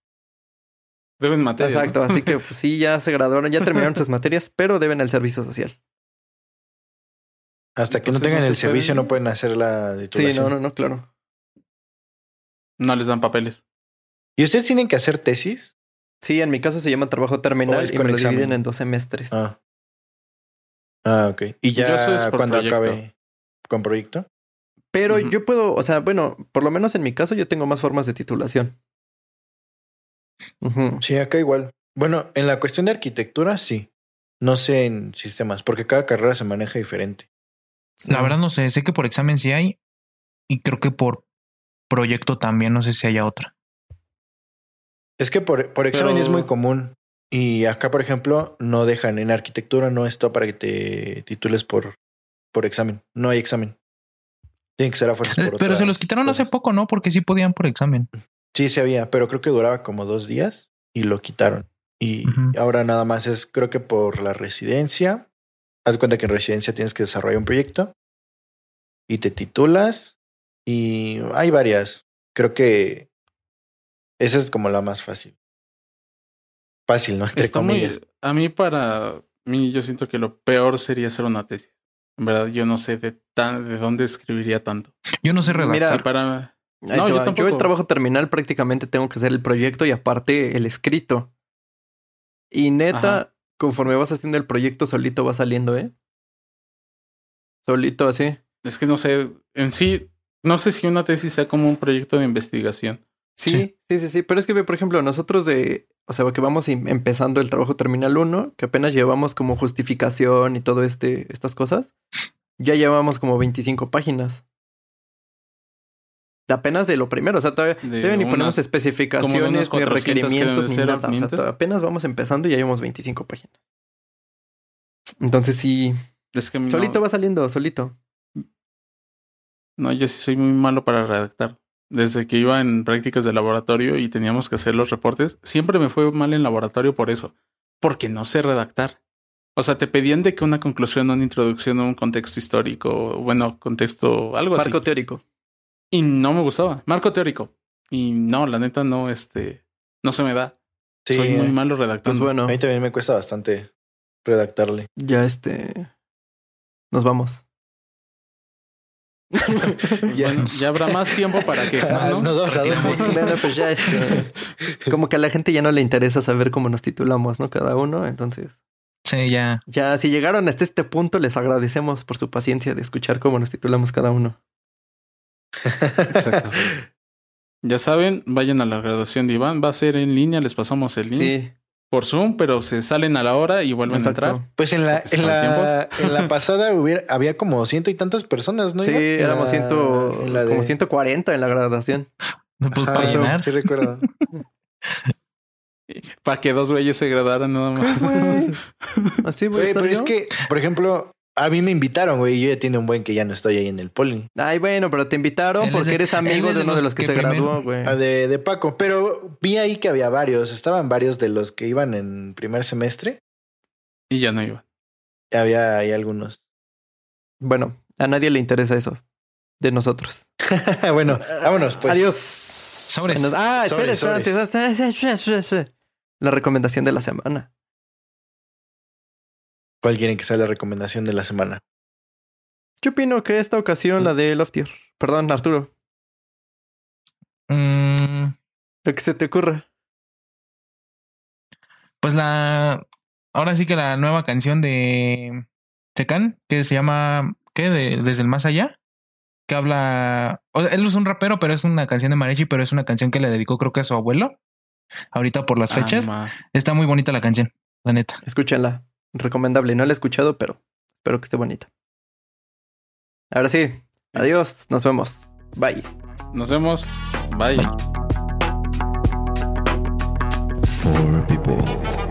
Speaker 1: Deben materias, ¿no?
Speaker 2: Exacto, así que pues, sí, ya se graduaron, ya terminaron sus materias, pero deben el servicio social.
Speaker 3: Hasta que no
Speaker 1: Entonces,
Speaker 3: tengan
Speaker 1: no se
Speaker 3: el servicio
Speaker 1: puede-
Speaker 3: no pueden hacer la
Speaker 2: Sí,
Speaker 3: titulación.
Speaker 2: no, no, no, claro.
Speaker 1: No les dan papeles.
Speaker 3: ¿Y ustedes tienen que hacer tesis?
Speaker 2: Sí, en mi caso se llama trabajo terminal
Speaker 3: ¿O es
Speaker 2: y
Speaker 3: con
Speaker 2: me lo
Speaker 3: examen?
Speaker 2: dividen en dos semestres.
Speaker 3: Ah. Ah, ok. ¿Y
Speaker 1: Yo eso es
Speaker 3: ya
Speaker 1: por
Speaker 3: cuando
Speaker 1: proyecto.
Speaker 3: acabe con proyecto?
Speaker 2: Pero
Speaker 1: Ujú.
Speaker 2: yo puedo, o sea, bueno, por lo menos en mi caso yo tengo más formas de titulación. Ujú.
Speaker 3: Sí, acá igual. Bueno, en la cuestión de arquitectura, sí. No sé en sistemas, porque cada carrera se maneja diferente.
Speaker 4: La verdad no sé, sé que por examen sí hay y creo que por proyecto también, no sé si haya otra.
Speaker 3: Es que por, por examen
Speaker 1: Pero-
Speaker 3: es muy común. Y acá, por ejemplo, no dejan. En arquitectura no está para que te titules por, por examen. No hay examen. Tiene que ser a fuerzas por
Speaker 4: Pero se los
Speaker 3: otras
Speaker 4: quitaron hace
Speaker 3: cosas.
Speaker 4: poco, ¿no? Porque sí podían por examen.
Speaker 3: Sí, sí había, pero creo que duraba como dos días y lo quitaron. Y
Speaker 4: Ujú.
Speaker 3: ahora nada más es, creo que por la residencia. Haz de cuenta que en residencia tienes que desarrollar un proyecto y te titulas. Y hay varias. Creo que esa es como la más fácil. Fácil, ¿no? Entre
Speaker 1: Está
Speaker 3: comillas.
Speaker 1: muy... A mí para mí yo siento que lo peor sería hacer una tesis. En verdad yo no sé de, tan, de dónde escribiría tanto.
Speaker 4: Yo no sé redactar.
Speaker 2: Mira,
Speaker 1: Sí, para...
Speaker 2: Ahí
Speaker 1: No,
Speaker 2: te
Speaker 1: yo
Speaker 2: va. Yo
Speaker 1: tampoco.
Speaker 2: el trabajo terminal prácticamente tengo que hacer el proyecto y aparte el escrito. Y neta,
Speaker 1: Ajá.
Speaker 2: conforme vas haciendo el proyecto solito va saliendo, ¿eh? Solito así.
Speaker 1: Es que no sé, en sí, no sé si una tesis sea como un proyecto de investigación.
Speaker 2: Sí,
Speaker 4: Sí.
Speaker 2: sí, sí, sí. Pero es que, por ejemplo, nosotros de... O sea, que vamos em- empezando el trabajo terminal uno, que apenas llevamos como justificación y todo este, estas cosas, ya llevamos como veinticinco páginas. Apenas de lo primero, o sea, todavía,
Speaker 1: De
Speaker 2: todavía ni
Speaker 1: unas-
Speaker 2: ponemos
Speaker 1: como de
Speaker 2: especificaciones,
Speaker 1: unas
Speaker 2: ni
Speaker 1: cuatrocientas que deben de
Speaker 2: requerimientos, ni
Speaker 1: ser
Speaker 2: nada. O sea,
Speaker 1: mientras.
Speaker 2: to- apenas vamos empezando y ya llevamos veinticinco páginas. Entonces sí,
Speaker 1: Es que a mí
Speaker 2: solito
Speaker 1: no,
Speaker 2: va saliendo, solito.
Speaker 1: no, yo sí soy muy malo para redactar. Desde que iba en prácticas de laboratorio y teníamos que hacer los reportes, siempre me fue mal en laboratorio por eso. Porque no sé redactar. O sea, te pedían de que una conclusión, una introducción, un contexto histórico, bueno, contexto, algo así.
Speaker 2: Marco teórico.
Speaker 1: Y no me gustaba. Marco teórico. Y no, la neta no, este, no se me da.
Speaker 3: Sí,
Speaker 1: Soy muy
Speaker 3: eh,
Speaker 1: malo
Speaker 2: Pues
Speaker 1: redactando.
Speaker 2: bueno,
Speaker 3: a mí también me cuesta bastante redactarle.
Speaker 2: ya este... Nos vamos. Ya.
Speaker 1: Bueno, ya habrá más tiempo para que...
Speaker 3: Ah,
Speaker 1: ¿no?
Speaker 3: nos vamos a
Speaker 4: Retiramos.
Speaker 3: dormir.
Speaker 2: Bueno, pues ya este... Como que a la gente ya no le interesa saber cómo nos titulamos, ¿no? Cada uno, entonces...
Speaker 4: Sí, ya.
Speaker 2: Ya, si llegaron hasta este punto, les agradecemos por su paciencia de escuchar cómo nos titulamos cada uno.
Speaker 1: Exacto. Ya saben, vayan a la graduación de Iván. Va a ser en línea, les pasamos el link
Speaker 2: Sí,
Speaker 1: por Zoom, pero se salen a la hora y vuelven
Speaker 2: exacto.
Speaker 1: a entrar.
Speaker 3: Pues en la,
Speaker 1: Porque se
Speaker 3: en
Speaker 1: va el
Speaker 3: la, en la pasada hubiera, había como ciento y tantas personas, ¿no?
Speaker 2: Sí,
Speaker 3: Iván? En
Speaker 2: éramos
Speaker 3: la-
Speaker 2: ciento,
Speaker 3: en la de-
Speaker 2: como ciento cuarenta en la graduación.
Speaker 4: Pues
Speaker 3: Ajá,
Speaker 4: para
Speaker 3: eso,
Speaker 4: llenar.
Speaker 3: Sí, recuerdo.
Speaker 1: Para que dos güeyes se graduaran nada más.
Speaker 2: Así voy a
Speaker 3: Güey,
Speaker 2: estar
Speaker 3: pero
Speaker 2: yo.
Speaker 3: es que, por ejemplo, a mí me invitaron, güey, y yo ya tiene un buen que ya no estoy ahí en el poli.
Speaker 2: Ay, bueno, pero te invitaron
Speaker 4: Él es
Speaker 2: porque
Speaker 4: de-
Speaker 2: eres amigo
Speaker 4: él es
Speaker 2: de
Speaker 4: de
Speaker 2: uno de
Speaker 4: los
Speaker 2: los que,
Speaker 4: que
Speaker 2: se
Speaker 4: primero-
Speaker 2: graduó, güey.
Speaker 3: Ah, De, de Paco, pero vi ahí que había varios, estaban varios de los que iban en primer semestre.
Speaker 1: Y ya no iba.
Speaker 3: Había ahí algunos.
Speaker 2: Bueno, a nadie le interesa eso de nosotros.
Speaker 3: Bueno, vámonos, pues.
Speaker 2: Adiós.
Speaker 4: Sobres.
Speaker 2: Nos- Ah, espera,
Speaker 3: Sobres,
Speaker 2: espera, antes. La recomendación de la semana.
Speaker 3: ¿Cuál quieren que sea la recomendación de la semana?
Speaker 2: Yo opino que esta ocasión la de Loftier. Perdón, Arturo.
Speaker 4: Mm,
Speaker 2: Lo que se te ocurra.
Speaker 4: pues la... Ahora sí que la nueva canción de Tecan, que se llama... ¿Qué? De- Desde el más allá. Que habla... O sea, él es un rapero, pero es una canción de mariachi, pero es una canción que le dedicó creo que a su abuelo. Ahorita por las
Speaker 1: Ah,
Speaker 4: fechas.
Speaker 1: ma.
Speaker 4: Está muy bonita la canción, la neta.
Speaker 2: Escúchenla. Recomendable. No la he escuchado, pero espero que esté bonita. Ahora sí. Adiós. Nos vemos. Bye.
Speaker 1: Nos vemos. Bye.
Speaker 4: Bye.
Speaker 5: Four people.